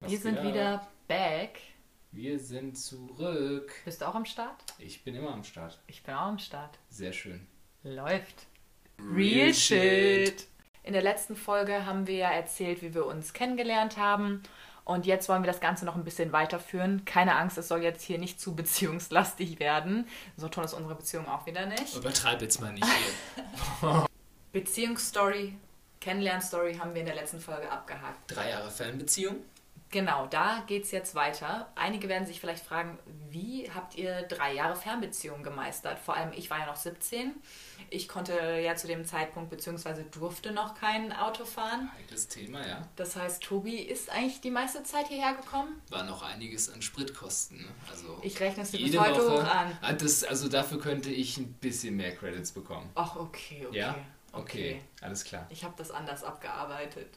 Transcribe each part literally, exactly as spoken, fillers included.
Was wir sind wieder back. Wir sind zurück. Bist du auch am Start? Ich bin immer am Start. Ich bin auch am Start. Sehr schön. Läuft. Real Shit. In der letzten Folge haben wir ja erzählt, wie wir uns kennengelernt haben. Und jetzt wollen wir das Ganze noch ein bisschen weiterführen. Keine Angst, es soll jetzt hier nicht zu beziehungslastig werden. So toll ist unsere Beziehung auch wieder nicht. Übertreib jetzt mal nicht hier. Beziehungsstory, Kennenlernstory haben wir in der letzten Folge abgehakt. Drei Jahre Fernbeziehung. Genau, da geht es jetzt weiter. Einige werden sich vielleicht fragen, wie habt ihr drei Jahre Fernbeziehung gemeistert? Vor allem ich war ja noch siebzehn. Ich konnte ja zu dem Zeitpunkt bzw. durfte noch kein Auto fahren. Heikles Thema, ja. Das heißt, Tobi ist eigentlich die meiste Zeit hierher gekommen. War noch einiges an Spritkosten. Ne? Also ich rechne es dir bis heute Woche hoch an. Das, also dafür könnte ich ein bisschen mehr Credits bekommen. Ach, okay, okay. Ja? Okay, okay. Alles klar. Ich habe das anders abgearbeitet.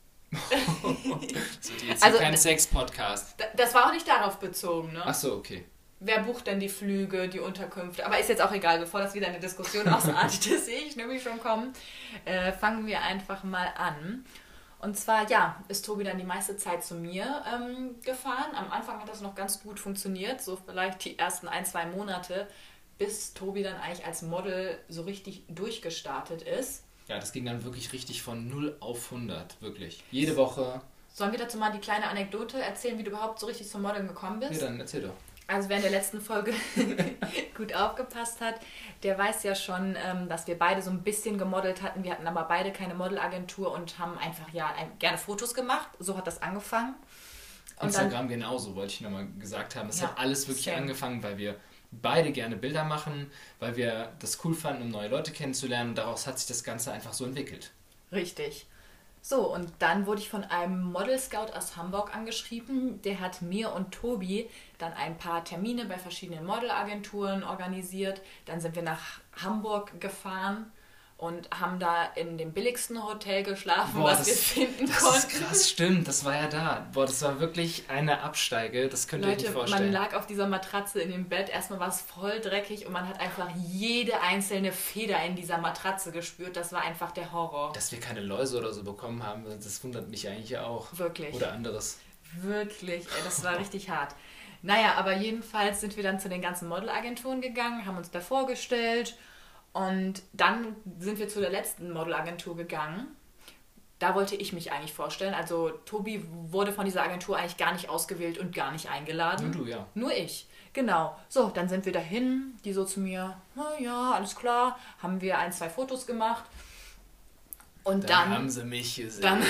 Das wird jetzt also, kein Sex-Podcast. Das war auch nicht darauf bezogen, ne? Ach so, okay. Wer bucht denn die Flüge, die Unterkünfte? Aber ist jetzt auch egal, bevor das wieder eine Diskussion ausartet, das sehe ich nämlich schon kommen. Äh, fangen wir einfach mal an. Und zwar, ja, ist Tobi dann die meiste Zeit zu mir ähm, gefahren. Am Anfang hat das noch ganz gut funktioniert, so vielleicht die ersten ein, zwei Monate, bis Tobi dann eigentlich als Model so richtig durchgestartet ist. Ja, das ging dann wirklich richtig von null auf hundert, wirklich. Jede Woche. Sollen wir dazu mal die kleine Anekdote erzählen, wie du überhaupt so richtig zum Modeln gekommen bist? Ja, dann erzähl doch. Also wer in der letzten Folge gut aufgepasst hat, der weiß ja schon, dass wir beide so ein bisschen gemodelt hatten. Wir hatten aber beide keine Modelagentur und haben einfach ja gerne Fotos gemacht. So hat das angefangen. Und Instagram dann, genauso, wollte ich nochmal gesagt haben. Es ja, hat alles wirklich same. angefangen, weil wir beide gerne Bilder machen, weil wir das cool fanden, um neue Leute kennenzulernen. Und daraus hat sich das Ganze einfach so entwickelt. Richtig. So, und dann wurde ich von einem Model Scout aus Hamburg angeschrieben. Der hat mir und Tobi dann ein paar Termine bei verschiedenen Modelagenturen organisiert. Dann sind wir nach Hamburg gefahren und haben da in dem billigsten Hotel geschlafen, Boah, was das, wir finden das konnten. Das ist krass, stimmt, das war ja da. Boah, das war wirklich eine Absteige, das könnt ihr Leute, euch nicht vorstellen. Man lag auf dieser Matratze in dem Bett, erstmal war es voll dreckig und man hat einfach jede einzelne Feder in dieser Matratze gespürt. Das war einfach der Horror. Dass wir keine Läuse oder so bekommen haben, das wundert mich eigentlich auch. Wirklich. Oder anderes. Wirklich, ey, das war richtig hart. Naja, aber jedenfalls sind wir dann zu den ganzen Modelagenturen gegangen, haben uns da vorgestellt. Und dann sind wir zu der letzten Modelagentur gegangen. Da wollte ich mich eigentlich vorstellen. Also Tobi wurde von dieser Agentur eigentlich gar nicht ausgewählt und gar nicht eingeladen. Nur du, ja. Nur ich. Genau. So, dann sind wir dahin. Die so zu mir, na ja, alles klar. Haben wir ein, zwei Fotos gemacht. Und dann, dann haben sie mich gesehen. Dann,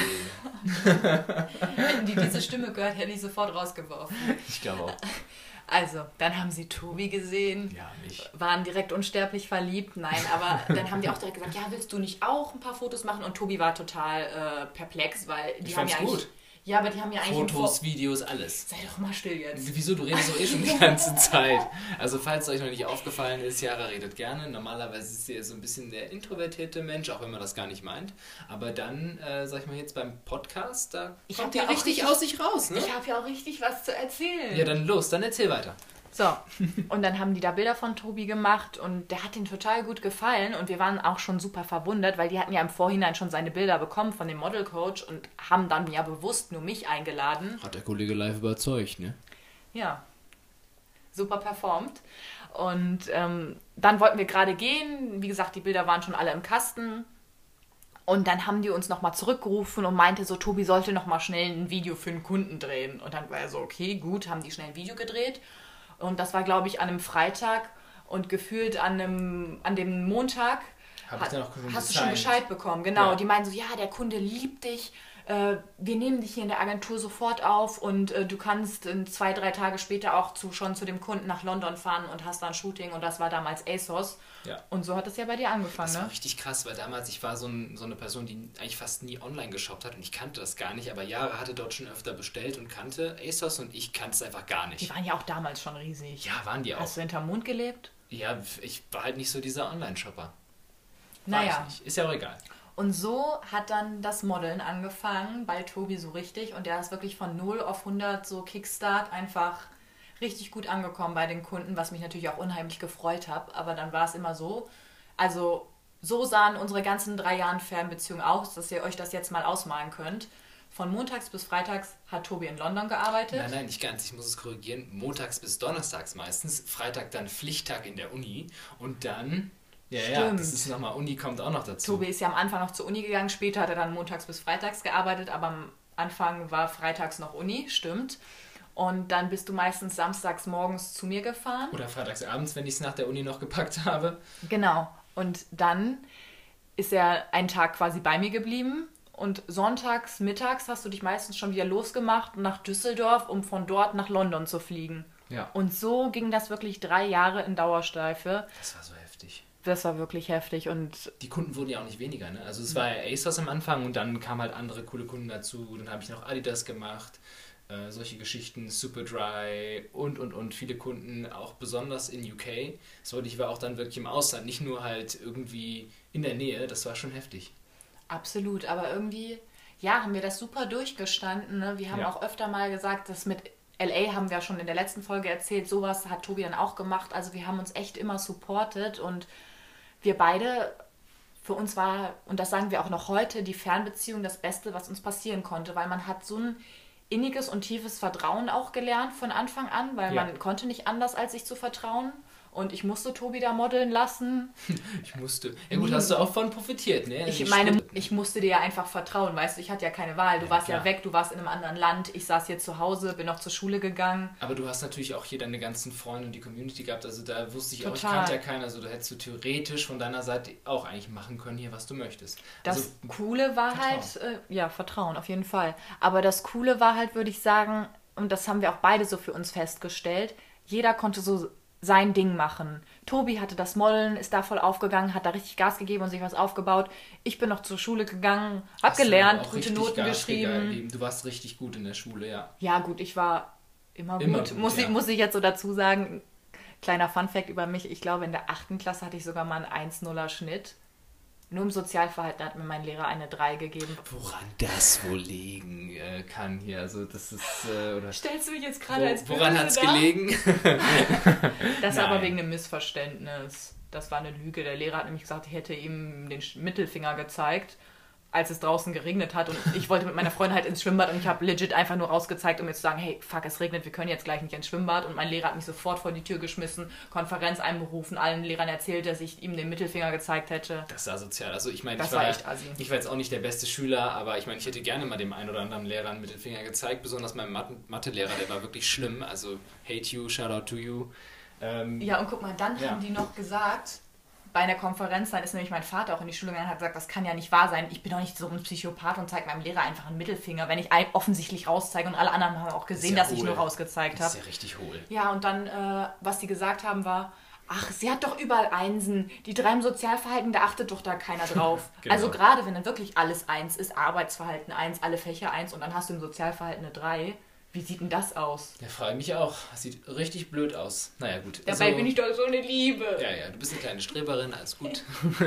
hätten die diese Stimme gehört, hätte ich sofort rausgeworfen. Ich glaube auch. Also, dann haben sie Tobi gesehen, ja, mich. Waren direkt unsterblich verliebt. Nein, aber dann haben die auch direkt gesagt, ja, willst du nicht auch ein paar Fotos machen? Und Tobi war total äh, perplex, weil die ich haben ja eigentlich... gut. Ja, aber die haben ja eigentlich... Fotos, Vor- Videos, alles. Sei doch mal still jetzt. Wieso? Du redest doch eh schon die ganze Zeit. Also falls euch noch nicht aufgefallen ist, Jara redet gerne. Normalerweise ist sie so ein bisschen der introvertierte Mensch, auch wenn man das gar nicht meint. Aber dann, äh, sag ich mal jetzt beim Podcast, da ich kommt ja ihr richtig, richtig aus sich raus, ne? Ich habe ja auch richtig was zu erzählen. Ja, dann los, dann erzähl weiter. So, und dann haben die da Bilder von Tobi gemacht und der hat ihnen total gut gefallen und wir waren auch schon super verwundert, weil die hatten ja im Vorhinein schon seine Bilder bekommen von dem Modelcoach und haben dann ja bewusst nur mich eingeladen. Hat der Kollege live überzeugt, ne? Ja, super performt. Und ähm, dann wollten wir gerade gehen, wie gesagt, die Bilder waren schon alle im Kasten. Und dann haben die uns nochmal zurückgerufen und meinte so, Tobi sollte nochmal schnell ein Video für einen Kunden drehen. Und dann war er so, okay, gut, haben die schnell ein Video gedreht. Und das war, glaube ich, an einem Freitag und gefühlt an, einem, an dem Montag Hab hat, ich noch hast du schon Bescheid bekommen. Genau, ja. Die meinen so, ja, der Kunde liebt dich, äh, wir nehmen dich hier in der Agentur sofort auf und äh, du kannst in zwei, drei Tage später auch zu, schon zu dem Kunden nach London fahren und hast da ein Shooting und das war damals ASOS. Ja. Und so hat es ja bei dir angefangen, das ne? Das war richtig krass, weil damals, ich war so, ein, so eine Person, die eigentlich fast nie online geshoppt hat und ich kannte das gar nicht, aber Jahre hatte dort schon öfter bestellt und kannte ASOS und ich kannte es einfach gar nicht. Die waren ja auch damals schon riesig. Ja, waren die auch. Hast du hinterm Mond gelebt? Ja, ich war halt nicht so dieser Online-Shopper. War naja. Ich nicht. Ist ja auch egal. Und so hat dann das Modeln angefangen, bei Tobi so richtig und der ist wirklich von null auf hundert so Kickstart einfach richtig gut angekommen bei den Kunden, was mich natürlich auch unheimlich gefreut hat, aber dann war es immer so, also so sahen unsere ganzen drei Jahren Fernbeziehungen aus, dass ihr euch das jetzt mal ausmalen könnt. von montags bis freitags hat Tobi in London gearbeitet. Nein, nein, nicht ganz. Ich muss es korrigieren. Montags bis donnerstags meistens. Freitag dann Pflichttag in der Uni. Und dann... Ja, Stimmt. ja, das ist nochmal... Uni kommt auch noch dazu. Tobi ist ja am Anfang noch zur Uni gegangen. Später hat er dann montags bis freitags gearbeitet. Aber am Anfang war freitags noch Uni. Stimmt. Und dann bist du meistens samstags morgens zu mir gefahren. Oder freitags abends, wenn ich es nach der Uni noch gepackt habe. Genau. Und dann ist er einen Tag quasi bei mir geblieben. Und sonntags, mittags hast du dich meistens schon wieder losgemacht nach Düsseldorf, um von dort nach London zu fliegen. Ja. Und so ging das wirklich drei Jahre in Dauerschleife. Das war so heftig. Das war wirklich heftig. Und die Kunden wurden ja auch nicht weniger, ne? Also es war ja ASOS am Anfang und dann kamen halt andere coole Kunden dazu. Dann habe ich noch Adidas gemacht. Äh, solche Geschichten, Superdry und, und, und viele Kunden, auch besonders in U K. So, ich war auch dann wirklich im Ausland, nicht nur halt irgendwie in der Nähe, das war schon heftig. Absolut, aber irgendwie, ja, haben wir das super durchgestanden. Ne? Wir haben ja. auch öfter mal gesagt, dass mit L A haben wir ja schon in der letzten Folge erzählt, sowas hat Tobi dann auch gemacht. Also wir haben uns echt immer supportet und wir beide, für uns war, und das sagen wir auch noch heute, die Fernbeziehung das Beste, was uns passieren konnte, weil man hat so ein inniges und tiefes Vertrauen auch gelernt von Anfang an, weil ja. man konnte nicht anders, als sich zu vertrauen. Und ich musste Tobi da modeln lassen. Ich musste. Ja gut, hast du auch von profitiert, ne? Ich meine, ich musste dir ja einfach vertrauen, weißt du, ich hatte ja keine Wahl. Du ja, warst klar. ja weg, du warst in einem anderen Land, ich saß hier zu Hause, bin noch zur Schule gegangen. Aber du hast natürlich auch hier deine ganzen Freunde und die Community gehabt, also da wusste ich Total. auch, ich kannte ja keinen, also da hättest du theoretisch von deiner Seite auch eigentlich machen können hier, was du möchtest. Das also, Coole war Vertrauen. halt, äh, ja, Vertrauen auf jeden Fall. Aber das Coole war halt, würde ich sagen, und das haben wir auch beide so für uns festgestellt, jeder konnte so sein Ding machen. Tobi hatte das Modeln, ist da voll aufgegangen, hat da richtig Gas gegeben und sich was aufgebaut. Ich bin noch zur Schule gegangen, hab gelernt, gute Noten Gas geschrieben. Gegeben. Du warst richtig gut in der Schule, ja. Ja gut, ich war immer gut, immer gut muss, ja. ich, muss ich jetzt so dazu sagen. Kleiner Funfact über mich, ich glaube in der achten Klasse hatte ich sogar mal einen eins Komma nuller Schnitt. Nur im Sozialverhalten hat mir mein Lehrer eine drei gegeben. Woran das wohl liegen äh, kann hier, also das ist... Äh, oder Stellst du mich jetzt gerade als Böse Woran hat es gelegen? Das war aber wegen einem Missverständnis. Das war eine Lüge. Der Lehrer hat nämlich gesagt, ich hätte ihm den Mittelfinger gezeigt, als es draußen geregnet hat. Und ich wollte mit meiner Freundin halt ins Schwimmbad und ich habe legit einfach nur rausgezeigt, um mir zu sagen, hey, fuck, es regnet, wir können jetzt gleich nicht ins Schwimmbad. Und mein Lehrer hat mich sofort vor die Tür geschmissen, Konferenz einberufen, allen Lehrern erzählt, dass ich ihm den Mittelfinger gezeigt hätte. Das war sozial. Also ich meine, ich, war war, echt assi. ich war jetzt auch nicht der beste Schüler, aber ich meine, ich hätte gerne mal dem einen oder anderen Lehrer einen Mittelfinger gezeigt, besonders meinem Mathe-Lehrer, der war wirklich schlimm. Also hate you, shout out to you. Ähm, ja, und guck mal, dann ja. haben die noch gesagt... Bei einer Konferenz, dann ist nämlich mein Vater auch in die Schule gegangen und hat gesagt, das kann ja nicht wahr sein. Ich bin doch nicht so ein Psychopath und zeige meinem Lehrer einfach einen Mittelfinger, wenn ich offensichtlich rauszeige und alle anderen haben auch gesehen, ja dass hohl. ich nur rausgezeigt habe. Das ist ja richtig hohl. Ja, und dann, äh, was die gesagt haben, war, ach, sie hat doch überall Einsen. Die drei im Sozialverhalten, da achtet doch da keiner drauf. Genau. Also gerade wenn dann wirklich alles eins ist, Arbeitsverhalten eins, alle Fächer eins und dann hast du im Sozialverhalten eine drei. Wie sieht denn das aus? Ja, frage mich auch. Das sieht richtig blöd aus. Naja, gut. Dabei also, bin ich doch so eine Liebe. Ja, ja, du bist eine kleine Streberin, alles gut.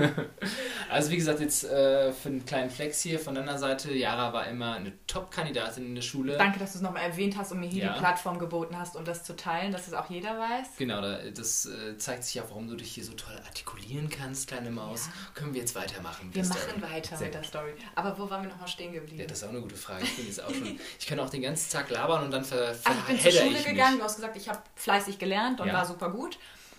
Also wie gesagt, jetzt äh, für einen kleinen Flex hier von deiner Seite, Yara war immer eine Top-Kandidatin in der Schule. Danke, dass du es nochmal erwähnt hast und mir hier ja. die Plattform geboten hast, um das zu teilen, dass es auch jeder weiß. Genau, das äh, zeigt sich ja, warum du dich hier so toll artikulieren kannst, kleine Maus. Ja. Können wir jetzt weitermachen? Wir machen Story. weiter Sehr mit der Story. Aber wo waren wir nochmal stehen geblieben? Ja, das ist auch eine gute Frage. Ich bin jetzt auch schon... Ich kann auch den ganzen Tag labern und dann ver also ich bin zur Schule gegangen, du hast gesagt, ich habe fleißig gelernt und ja. war super gut.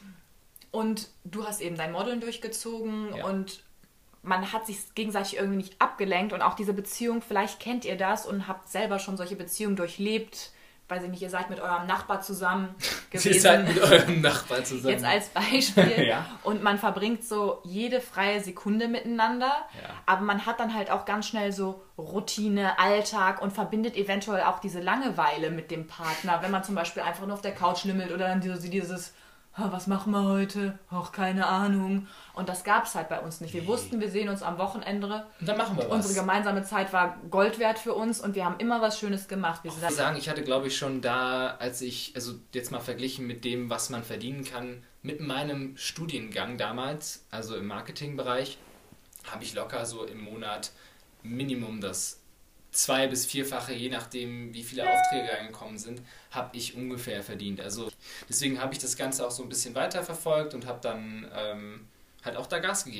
Und du hast eben dein Modeln durchgezogen ja. und man hat sich gegenseitig irgendwie nicht abgelenkt und auch diese Beziehung, vielleicht kennt ihr das und habt selber schon solche Beziehungen durchlebt. Weiß ich nicht, ihr seid mit eurem Nachbar zusammen gewesen. Ihr seid mit eurem Nachbar zusammen. Jetzt als Beispiel. Ja. Und man verbringt so jede freie Sekunde miteinander. Ja. Aber man hat dann halt auch ganz schnell so Routine, Alltag und verbindet eventuell auch diese Langeweile mit dem Partner. Wenn man zum Beispiel einfach nur auf der Couch lümmelt oder dann dieses, dieses was machen wir heute? Auch keine Ahnung. Und das gab es halt bei uns nicht. Wir nee. wussten, wir sehen uns am Wochenende. Und dann machen wir was. Unsere gemeinsame Zeit war Gold wert für uns und wir haben immer was Schönes gemacht. Wir ich muss sagen, ich hatte, glaube ich, schon da, als ich, also jetzt mal verglichen mit dem, was man verdienen kann, mit meinem Studiengang damals, also im Marketingbereich, habe ich locker so im Monat Minimum das zwei- bis vierfache, je nachdem, wie viele Aufträge reingekommen sind, habe ich ungefähr verdient. Also deswegen habe ich das Ganze auch so ein bisschen weiterverfolgt und habe dann ähm, halt auch da Gas gegeben.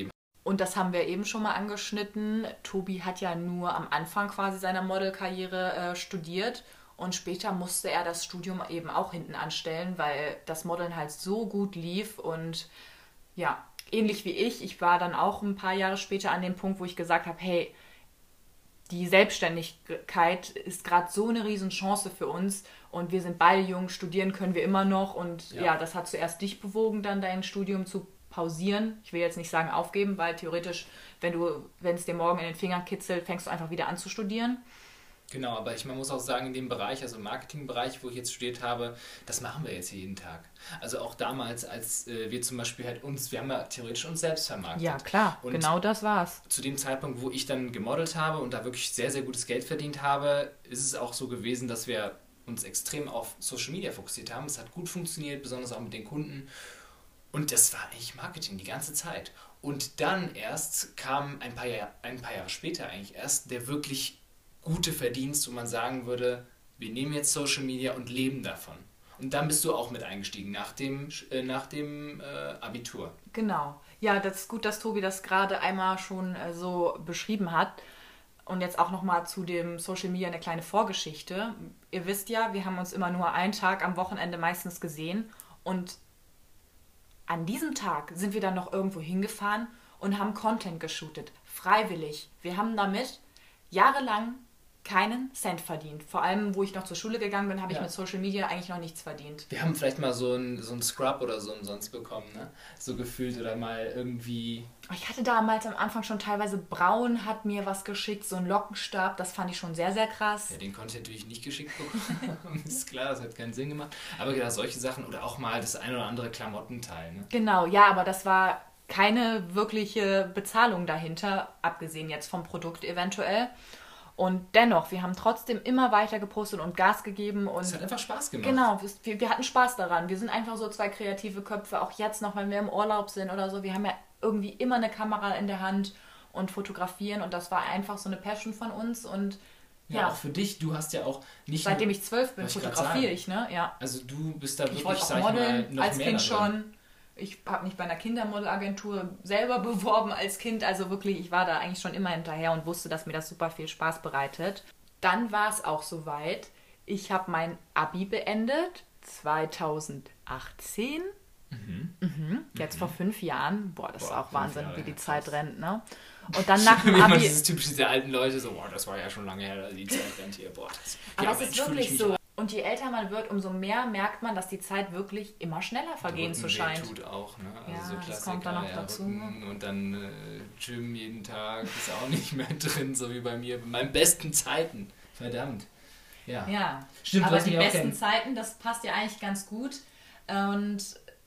Und das haben wir eben schon mal angeschnitten. Tobi hat ja nur am Anfang quasi seiner Modelkarriere äh, studiert und später musste er das Studium eben auch hinten anstellen, weil das Modeln halt so gut lief und ja, ähnlich wie ich. Ich war dann auch ein paar Jahre später an dem Punkt, wo ich gesagt habe, hey, die Selbstständigkeit ist gerade so eine Riesenchance für uns und wir sind beide jung, studieren können wir immer noch und ja. ja, das hat zuerst dich bewogen, dann dein Studium zu pausieren. Ich will jetzt nicht sagen aufgeben, weil theoretisch, wenn du, wenn es dir morgen in den Fingern kitzelt, fängst du einfach wieder an zu studieren. Genau, aber ich man muss auch sagen, in dem Bereich, also im Marketingbereich, wo ich jetzt studiert habe, das machen wir jetzt jeden Tag. Also auch damals, als äh, wir zum Beispiel halt uns, wir haben ja theoretisch uns selbst vermarktet. Ja, klar, und genau das war's. Zu dem Zeitpunkt, wo ich dann gemodelt habe und da wirklich sehr, sehr gutes Geld verdient habe, ist es auch so gewesen, dass wir uns extrem auf Social Media fokussiert haben. Es hat gut funktioniert, besonders auch mit den Kunden. Und das war eigentlich Marketing die ganze Zeit. Und dann erst kam ein paar, Jahr, ein paar Jahre später eigentlich erst der wirklich gute Verdienst, wo man sagen würde, wir nehmen jetzt Social Media und leben davon. Und dann bist du auch mit eingestiegen nach dem, äh, nach dem äh, Abitur. Genau. Ja, das ist gut, dass Tobi das gerade einmal schon äh, so beschrieben hat. Und jetzt auch nochmal zu dem Social Media eine kleine Vorgeschichte. Ihr wisst ja, wir haben uns immer nur einen Tag am Wochenende meistens gesehen. Und an diesem Tag sind wir dann noch irgendwo hingefahren und haben Content geshootet. Freiwillig. Wir haben damit jahrelang keinen Cent verdient. Vor allem, wo ich noch zur Schule gegangen bin, habe ja. ich mit Social Media eigentlich noch nichts verdient. Wir haben vielleicht mal so einen so ein Scrub oder so umsonst bekommen, ne? So gefühlt oder mal irgendwie... Ich hatte damals am Anfang schon teilweise Braun, hat mir was geschickt, so einen Lockenstab, das fand ich schon sehr, sehr krass. Ja, den konnte ich natürlich nicht geschickt bekommen, ist klar, das hat keinen Sinn gemacht. Aber ja, solche Sachen oder auch mal das ein oder andere Klamottenteil, ne? Genau, ja, aber das war keine wirkliche Bezahlung dahinter, abgesehen jetzt vom Produkt eventuell. Und dennoch, wir haben trotzdem immer weiter gepostet und Gas gegeben. Und es hat einfach Spaß gemacht. Genau, wir, wir hatten Spaß daran. Wir sind einfach so zwei kreative Köpfe, auch jetzt noch, wenn wir im Urlaub sind oder so. Wir haben ja irgendwie immer eine Kamera in der Hand und fotografieren und das war einfach so eine Passion von uns. Und ja, ja. auch für dich, du hast ja auch nicht Seitdem ich zwölf bin, fotografiere ich, ne? Ja. Also du bist da ich wirklich, sag ich mal, noch als mehr Kind schon. Ich habe mich bei einer Kindermodelagentur selber beworben als Kind. Also wirklich, ich war da eigentlich schon immer hinterher und wusste, dass mir das super viel Spaß bereitet. Dann war es auch soweit. Ich habe mein Abi beendet, zweitausendachtzehn. Mhm. Mhm. Jetzt mhm. vor fünf Jahren. Boah, das Boah, ist auch Wahnsinn, Jahre, wie die ja, Zeit krass. rennt, ne? Und dann nach dem Abi... Das ist typisch diese alten Leute, so, boah, das war ja schon lange her, die Zeit rennt hier, boah. Das, aber ja, es ist wirklich so. Und je älter man wird, umso mehr merkt man, dass die Zeit wirklich immer schneller vergehen zu scheint. Tut auch, ne? Also ja, so Klassiker, das kommt dann noch ja, dazu. Und dann äh, Gym jeden Tag ist auch nicht mehr drin, so wie bei mir. Bei meinen besten Zeiten. Verdammt. Ja, ja. Stimmt, aber die besten Zeiten, das passt ja eigentlich ganz gut. Und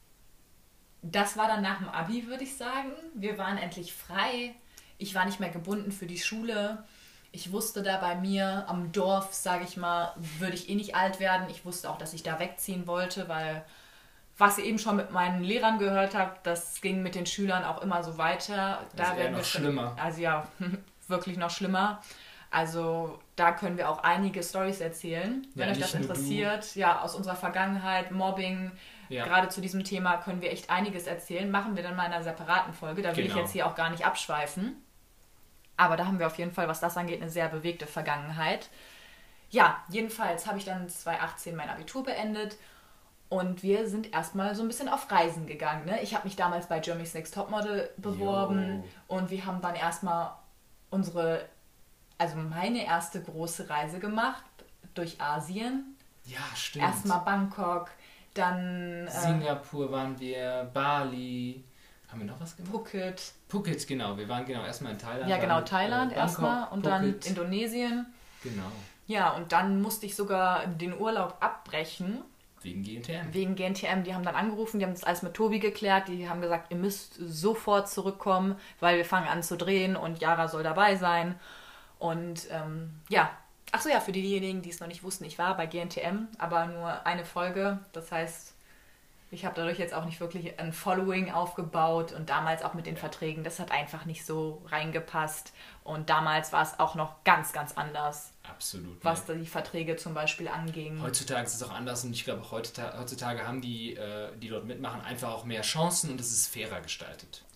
das war dann nach dem Abi, würde ich sagen. Wir waren endlich frei. Ich war nicht mehr gebunden für die Schule. Ich wusste da bei mir am Dorf, sage ich mal, würde ich eh nicht alt werden. Ich wusste auch, dass ich da wegziehen wollte, weil was ihr eben schon mit meinen Lehrern gehört habt, das ging mit den Schülern auch immer so weiter. Da also werden wir noch schlimmer. Also ja, wirklich noch schlimmer. Also da können wir auch einige Storys erzählen, wenn ja, euch das interessiert. Ja, aus unserer Vergangenheit, Mobbing, ja. Gerade zu diesem Thema können wir echt einiges erzählen. Machen wir dann mal in einer separaten Folge. Da will genau. ich jetzt hier auch gar nicht abschweifen. Aber da haben wir auf jeden Fall, was das angeht, eine sehr bewegte Vergangenheit. Ja, jedenfalls habe ich dann zweitausendachtzehn mein Abitur beendet und wir sind erstmal so ein bisschen auf Reisen gegangen. Ne? Ich habe mich damals bei Germany's Next Topmodel beworben Yo. Und wir haben dann erstmal unsere, also meine erste große Reise gemacht durch Asien. Ja, stimmt. Erstmal Bangkok, dann... Singapur äh, waren wir, Bali... Haben wir noch was gemacht? Phuket. Phuket, genau. Wir waren genau erstmal in Thailand. Ja, genau, Thailand äh, erstmal und Phuket. dann Indonesien. Genau. Ja, und dann musste ich sogar den Urlaub abbrechen. Wegen G N T M. Wegen G N T M. Die haben dann angerufen, die haben das alles mit Tobi geklärt. Die haben gesagt, ihr müsst sofort zurückkommen, weil wir fangen an zu drehen und Yara soll dabei sein. Und ähm, ja, achso ja, für diejenigen, die es noch nicht wussten, ich war bei G N T M, aber nur eine Folge. Das heißt... Ich habe dadurch jetzt auch nicht wirklich ein Following aufgebaut und damals auch mit den Verträgen, das hat einfach nicht so reingepasst. Und damals war es auch noch ganz, ganz anders. Absolut. Was ne? die Verträge zum Beispiel anging. Heutzutage ist es auch anders und ich glaube auch heutzutage, heutzutage haben die, äh, die dort mitmachen, einfach auch mehr Chancen und es ist fairer gestaltet.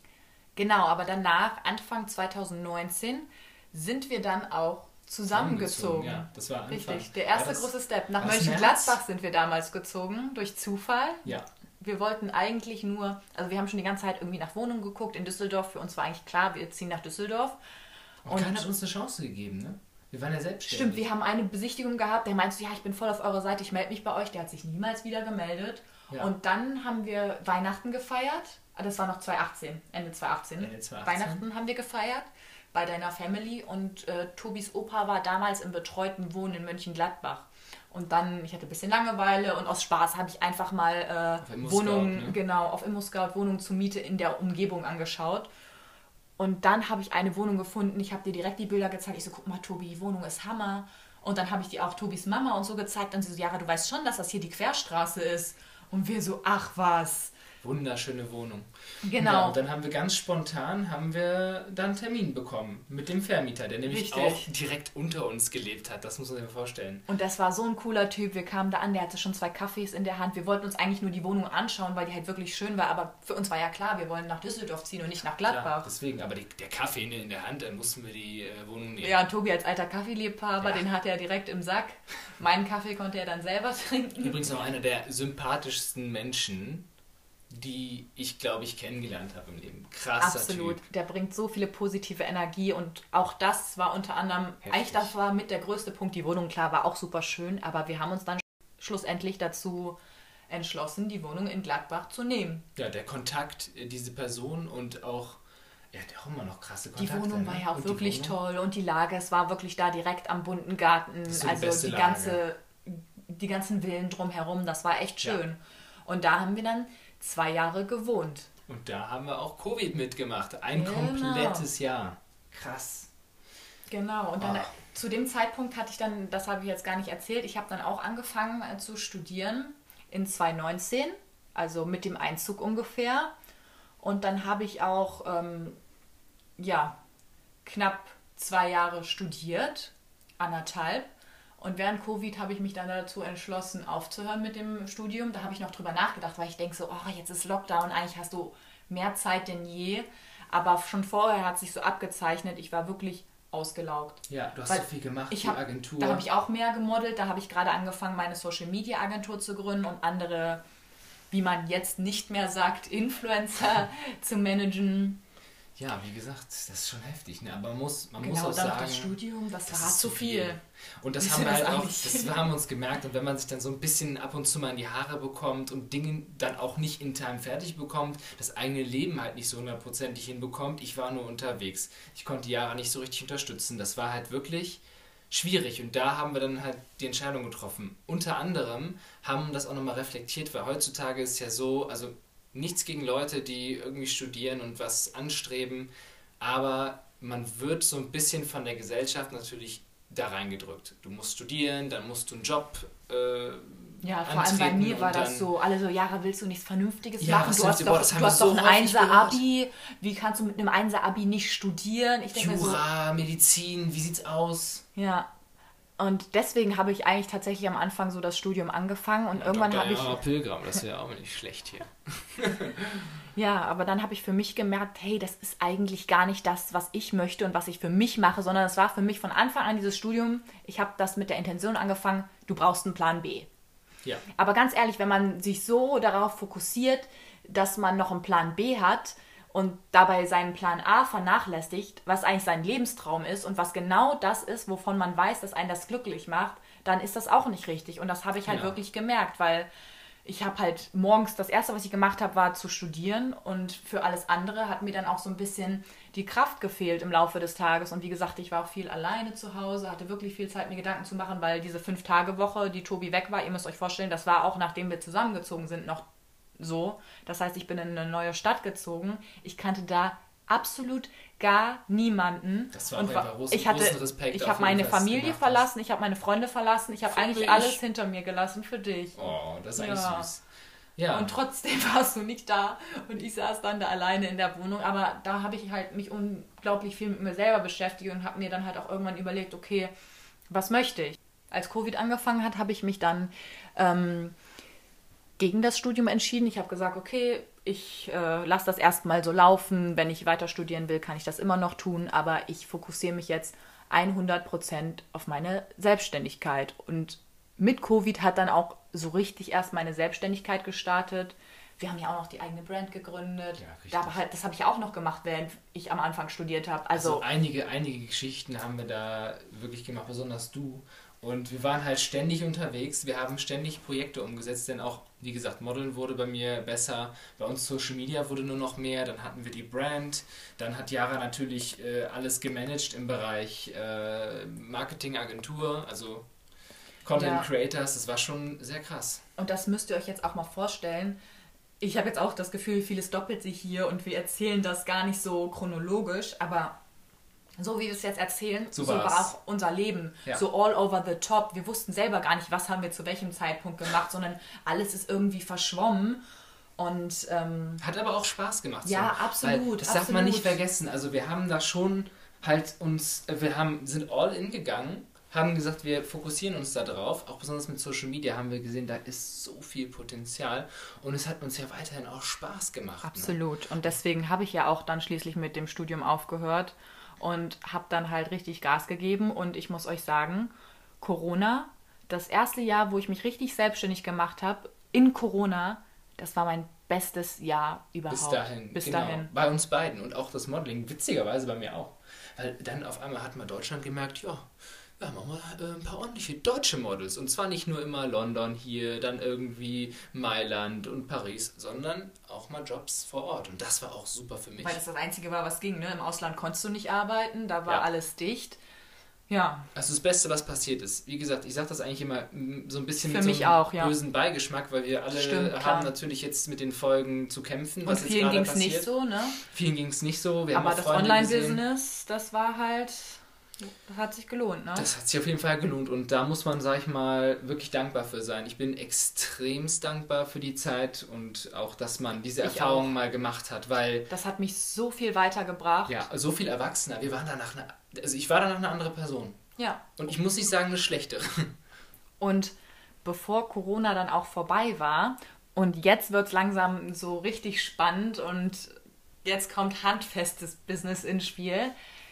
Genau, aber danach, Anfang zwanzig neunzehn, sind wir dann auch zusammengezogen. Ja, das war Anfang. Richtig, der erste War das- große Step. Nach war das Mönchengladbach März? sind wir damals gezogen, durch Zufall. Ja. Wir wollten eigentlich nur, also wir haben schon die ganze Zeit irgendwie nach Wohnungen geguckt in Düsseldorf. Für uns war eigentlich klar, wir ziehen nach Düsseldorf. Und, und keiner hat uns eine Chance gegeben, ne? Wir waren ja selbstständig. Stimmt, wir haben eine Besichtigung gehabt, der meinte so, ja, ich bin voll auf eurer Seite, ich melde mich bei euch. Der hat sich niemals wieder gemeldet. Ja. Und dann haben wir Weihnachten gefeiert. Ah, das war noch zwanzig achtzehn, Ende zwanzig achtzehn. Ende zwanzig achtzehn. Weihnachten haben wir gefeiert bei deiner Family. Und äh, Tobis Opa war damals im betreuten Wohnen in Mönchengladbach. Und dann, ich hatte ein bisschen Langeweile und aus Spaß habe ich einfach mal äh, ImmoScout, Wohnungen, ne? genau, auf ImmoScout Wohnungen zur Miete in der Umgebung angeschaut. Und dann habe ich eine Wohnung gefunden. Ich habe dir direkt die Bilder gezeigt. Ich so, guck mal, Tobi, die Wohnung ist Hammer. Und dann habe ich die auch Tobis Mama und so gezeigt. Und sie so, Jara, du weißt schon, dass das hier die Querstraße ist. Und wir so, ach was. Wunderschöne Wohnung. Genau. Ja, und dann haben wir ganz spontan haben wir dann einen Termin bekommen mit dem Vermieter, der nämlich Richtig. auch direkt unter uns gelebt hat. Das muss man sich mal vorstellen. Und das war so ein cooler Typ. Wir kamen da an, der hatte schon zwei Kaffees in der Hand. Wir wollten uns eigentlich nur die Wohnung anschauen, weil die halt wirklich schön war. Aber für uns war ja klar, wir wollen nach Düsseldorf ziehen und nicht nach Ja, Gladbach. deswegen, aber die, der Kaffee ne, in der Hand, dann mussten wir die äh, Wohnung nehmen. Ja, und Tobi als alter Kaffeeliebhaber, Ja. den hatte er direkt im Sack. Meinen Kaffee konnte er dann selber trinken. Übrigens auch einer der sympathischsten Menschen, die ich, glaube ich, kennengelernt habe im Leben. Krasser Absolut. Typ. Der bringt so viele positive Energie und auch das war unter anderem, Heftig. eigentlich das war mit der größte Punkt. Die Wohnung, klar, war auch super schön, aber wir haben uns dann schlussendlich dazu entschlossen, die Wohnung in Gladbach zu nehmen. Ja, der Kontakt, äh, diese Person und auch, er hat ja auch immer noch krasse Die Kontakte. Wohnung war ne? ja auch Und die wirklich Wohnung? toll und die Lage, es war wirklich da direkt am bunten Garten, Das ist so die also beste die Lage. ganze, die ganzen Villen drumherum, das war echt Ja. schön. Und da haben wir dann zwei Jahre gewohnt. Und da haben wir auch Covid mitgemacht. Ein Genau. komplettes Jahr. Krass. Genau, und dann Ah. zu dem Zeitpunkt hatte ich dann, das habe ich jetzt gar nicht erzählt, ich habe dann auch angefangen äh, zu studieren in zwanzig neunzehn, also mit dem Einzug ungefähr. Und dann habe ich auch, ähm, ja, knapp zwei Jahre studiert, anderthalb. Und während Covid habe ich mich dann dazu entschlossen, aufzuhören mit dem Studium. Da habe ich noch drüber nachgedacht, weil ich denke so, oh, jetzt ist Lockdown, eigentlich hast du mehr Zeit denn je. Aber schon vorher hat sich so abgezeichnet, ich war wirklich ausgelaugt. Ja, du hast Weil so viel gemacht, ich die hab, Agentur. Da habe ich auch mehr gemodelt, da habe ich gerade angefangen, meine Social-Media-Agentur zu gründen und andere, wie man jetzt nicht mehr sagt, Influencer zu managen. Ja, wie gesagt, das ist schon heftig, ne? Aber man muss, man muss Genau, auch dann sagen, das Studium, das, das war ist zu viel. Und das Wie haben sind wir halt das auch, eigentlich? das haben wir uns gemerkt. Und wenn man sich dann so ein bisschen ab und zu mal in die Haare bekommt und Dinge dann auch nicht in Time fertig bekommt, das eigene Leben halt nicht so hundertprozentig hinbekommt, ich war nur unterwegs. Ich konnte die Jahre nicht so richtig unterstützen. Das war halt wirklich schwierig. Und da haben wir dann halt die Entscheidung getroffen. Unter anderem haben das auch nochmal reflektiert, weil heutzutage ist ja so, also nichts gegen Leute, die irgendwie studieren und was anstreben, aber man wird so ein bisschen von der Gesellschaft natürlich da reingedrückt. Du musst studieren, dann musst du einen Job äh, Ja, vor allem bei antreten mir war und das dann- so, alle so, Jahre willst du nichts Vernünftiges Ja, machen? was Du willst hast du- doch, boah, das haben du wir hast so doch ein häufig Einser-Abi. Wie kannst du mit einem Einser-Abi nicht studieren? Ich denke mir so, Jura, Medizin, wie sieht's aus? ja. Und deswegen habe ich eigentlich tatsächlich am Anfang so das Studium angefangen und irgendwann habe ich... Pilgram, das wäre auch nicht schlecht hier. Ja, aber dann habe ich für mich gemerkt, hey, das ist eigentlich gar nicht das, was ich möchte und was ich für mich mache, sondern es war für mich von Anfang an dieses Studium, ich habe das mit der Intention angefangen, du brauchst einen Plan B. Ja. Aber ganz ehrlich, wenn man sich so darauf fokussiert, dass man noch einen Plan B hat und dabei seinen Plan A vernachlässigt, was eigentlich sein Lebenstraum ist und was genau das ist, wovon man weiß, dass einen das glücklich macht, dann ist das auch nicht richtig. Und das habe ich halt Genau. wirklich gemerkt, weil ich habe halt morgens, das Erste, was ich gemacht habe, war zu studieren und für alles andere hat mir dann auch so ein bisschen die Kraft gefehlt im Laufe des Tages. Und wie gesagt, ich war auch viel alleine zu Hause, hatte wirklich viel Zeit, mir Gedanken zu machen, weil diese Fünf-Tage-Woche, die Tobi weg war, ihr müsst euch vorstellen, das war auch, nachdem wir zusammengezogen sind, noch so. Das heißt, ich bin in eine neue Stadt gezogen. Ich kannte da absolut gar niemanden. Das war und auf jeden Fall großen- ich hatte, großen Respekt ich auf habe jeden meine Fall, was du Familie gemacht verlassen, ich habe meine Freunde verlassen, ich habe Für eigentlich dich. alles hinter mir gelassen für dich. Oh, das ist eigentlich Ja. süß. Ja. Und trotzdem warst du nicht da und ich saß dann da alleine in der Wohnung. Aber da habe ich halt mich unglaublich viel mit mir selber beschäftigt und habe mir dann halt auch irgendwann überlegt, okay, was möchte ich? Als Covid angefangen hat, habe ich mich dann ähm, gegen das Studium entschieden. Ich habe gesagt, okay, ich äh, lasse das erstmal so laufen. Wenn ich weiter studieren will, kann ich das immer noch tun. Aber ich fokussiere mich jetzt hundert Prozent auf meine Selbstständigkeit. Und mit Covid hat dann auch so richtig erst meine Selbstständigkeit gestartet. Wir haben ja auch noch die eigene Brand gegründet. Ja, da halt, das habe ich auch noch gemacht, während ich am Anfang studiert habe. Also, also einige, einige Geschichten haben wir da wirklich gemacht, besonders du. Und wir waren halt ständig unterwegs. Wir haben ständig Projekte umgesetzt, denn auch, wie gesagt, Modeln wurde bei mir besser. Bei uns Social Media wurde nur noch mehr. Dann hatten wir die Brand. Dann hat Yara natürlich äh, alles gemanagt im Bereich äh, Marketingagentur, also Content ja. Creators. Das war schon sehr krass. Und das müsst ihr euch jetzt auch mal vorstellen. Ich habe jetzt auch das Gefühl, vieles doppelt sich hier und wir erzählen das gar nicht so chronologisch, aber so wie wir es jetzt erzählen, so, so war auch unser Leben. Ja. So all over the top. Wir wussten selber gar nicht, was haben wir zu welchem Zeitpunkt gemacht, sondern alles ist irgendwie verschwommen. Und, ähm, hat aber auch Spaß gemacht. Ja, so. absolut. Weil, das absolut. darf man nicht vergessen. Also wir haben da schon halt uns, wir haben, sind all in gegangen, haben gesagt, wir fokussieren uns da drauf. Auch besonders mit Social Media haben wir gesehen, da ist so viel Potenzial. Und es hat uns ja weiterhin auch Spaß gemacht. Absolut. Ne? Und deswegen habe ich ja auch dann schließlich mit dem Studium aufgehört. Und habe dann halt richtig Gas gegeben. Und ich muss euch sagen, Corona, das erste Jahr, wo ich mich richtig selbstständig gemacht habe, in Corona, das war mein bestes Jahr überhaupt. Bis dahin, Bis genau. dahin. Bei uns beiden und auch das Modeling, witzigerweise bei mir auch. Weil dann auf einmal hat man Deutschland gemerkt, ja, ja, machen wir äh, ein paar ordentliche deutsche Models. Und zwar nicht nur immer London hier, dann irgendwie Mailand und Paris, sondern auch mal Jobs vor Ort. Und das war auch super für mich. Weil das das Einzige war, was ging. Ne? Im Ausland konntest du nicht arbeiten, da war ja. alles dicht. Ja. Also das Beste, was passiert ist. Wie gesagt, ich sage das eigentlich immer so ein bisschen für mit mich so einem auch, ja. bösen Beigeschmack, weil wir alle Stimmt, haben klar. natürlich jetzt mit den Folgen zu kämpfen. Und was vielen ging es passiert. nicht so, ne? Vielen ging es nicht so. Wir Aber haben das Freunde Online-Business, das war halt... Das hat sich gelohnt, ne? Das hat sich auf jeden Fall gelohnt und da muss man, sag ich mal, wirklich dankbar für sein. Ich bin extremst dankbar für die Zeit und auch, dass man diese ich Erfahrung auch. mal gemacht hat, weil... Das hat mich so viel weitergebracht. Ja, so viel erwachsener. Wir waren danach eine, also ich war danach eine andere Person. Ja. Und ich muss nicht sagen, eine schlechtere. Und bevor Corona dann auch vorbei war und jetzt wird es langsam so richtig spannend und jetzt kommt handfestes Business ins Spiel...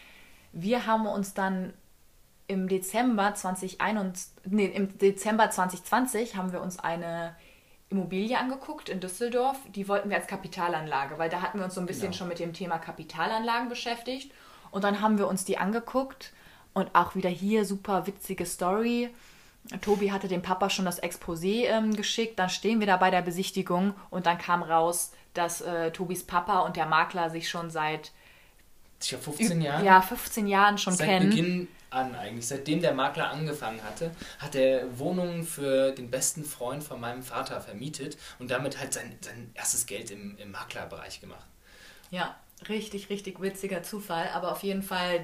Wir haben uns dann im Dezember zweitausendeinundzwanzig, nee, im Dezember zwanzig zwanzig haben wir uns eine Immobilie angeguckt in Düsseldorf. Die wollten wir als Kapitalanlage, weil da hatten wir uns so ein bisschen genau. schon mit dem Thema Kapitalanlagen beschäftigt. Und dann haben wir uns die angeguckt und auch wieder hier super witzige Story. Tobi hatte dem Papa schon das Exposé ähm, geschickt. Dann stehen wir da bei der Besichtigung und dann kam raus, dass äh, Tobis Papa und der Makler sich schon seit Ich habe fünfzehn Jahren. Ja, fünfzehn Jahren schon seit kennen. Seit Beginn an eigentlich. Seitdem der Makler angefangen hatte, hat er Wohnungen für den besten Freund von meinem Vater vermietet und damit halt sein, sein erstes Geld im, im Maklerbereich gemacht. Ja, richtig, richtig witziger Zufall. Aber auf jeden Fall,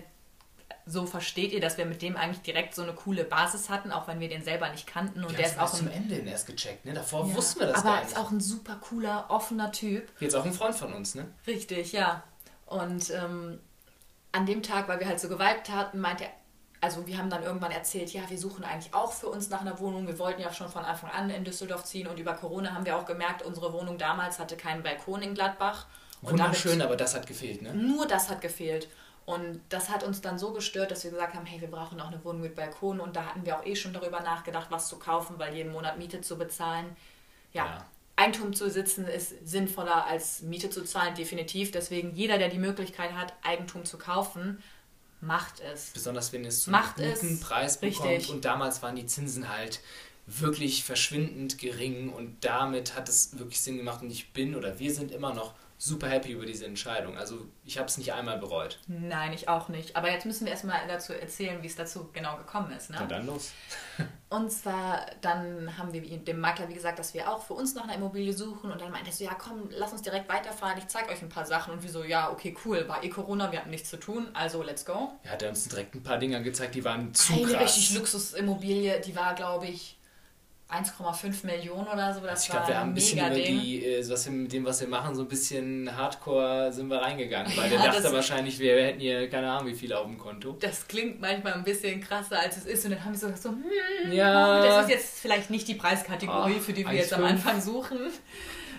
so versteht ihr, dass wir mit dem eigentlich direkt so eine coole Basis hatten, auch wenn wir den selber nicht kannten. Und wir der ist auch zum Ende erst gecheckt, ne? Davor ja, wussten wir das aber gar nicht. Aber ist auch ein super cooler, offener Typ. Jetzt auch ein Freund von uns, ne? Richtig, ja. Und ähm, an dem Tag, weil wir halt so geweibt hatten, meinte er, also wir haben dann irgendwann erzählt, ja, wir suchen eigentlich auch für uns nach einer Wohnung. Wir wollten ja schon von Anfang an in Düsseldorf ziehen und über Corona haben wir auch gemerkt, unsere Wohnung damals hatte keinen Balkon in Gladbach. Wunderschön, und damit, aber das hat gefehlt, ne? Nur das hat gefehlt. Und das hat uns dann so gestört, dass wir gesagt haben, hey, wir brauchen auch eine Wohnung mit Balkon. Und da hatten wir auch eh schon darüber nachgedacht, was zu kaufen, weil jeden Monat Miete zu bezahlen. Ja. ja. Eigentum zu besitzen ist sinnvoller als Miete zu zahlen, definitiv. Deswegen jeder, der die Möglichkeit hat, Eigentum zu kaufen, macht es. Besonders wenn es zu macht einem guten es. Preis bekommt. Richtig. Und damals waren die Zinsen halt wirklich verschwindend gering und damit hat es wirklich Sinn gemacht. Und ich bin oder wir sind immer noch super happy über diese Entscheidung. Also ich habe es nicht einmal bereut. Nein, ich auch nicht. Aber jetzt müssen wir erstmal dazu erzählen, wie es dazu genau gekommen ist. Ne? Na dann los. Und zwar, dann haben wir dem Makler, wie gesagt, dass wir auch für uns nach einer Immobilie suchen. Und dann meinte er so, ja komm, lass uns direkt weiterfahren, ich zeige euch ein paar Sachen. Und wir so, ja, okay, cool, war eh Corona, wir hatten nichts zu tun, also let's go. Ja, hat er uns direkt ein paar Dinger gezeigt, die waren zu Eine krass. richtig Luxusimmobilie, die war, glaube ich, eins Komma fünf Millionen oder so. Das ich glaube, wir haben ein bisschen über Ding. die, äh, was wir mit dem, was wir machen, so ein bisschen Hardcore sind wir reingegangen. Weil ja, der dachte das, wahrscheinlich, wir hätten hier keine Ahnung wie viel auf dem Konto. Das klingt manchmal ein bisschen krasser, als es ist. Und dann haben wir so, so hm, ja, das ist jetzt vielleicht nicht die Preiskategorie, oh, für die wir jetzt am Anfang suchen.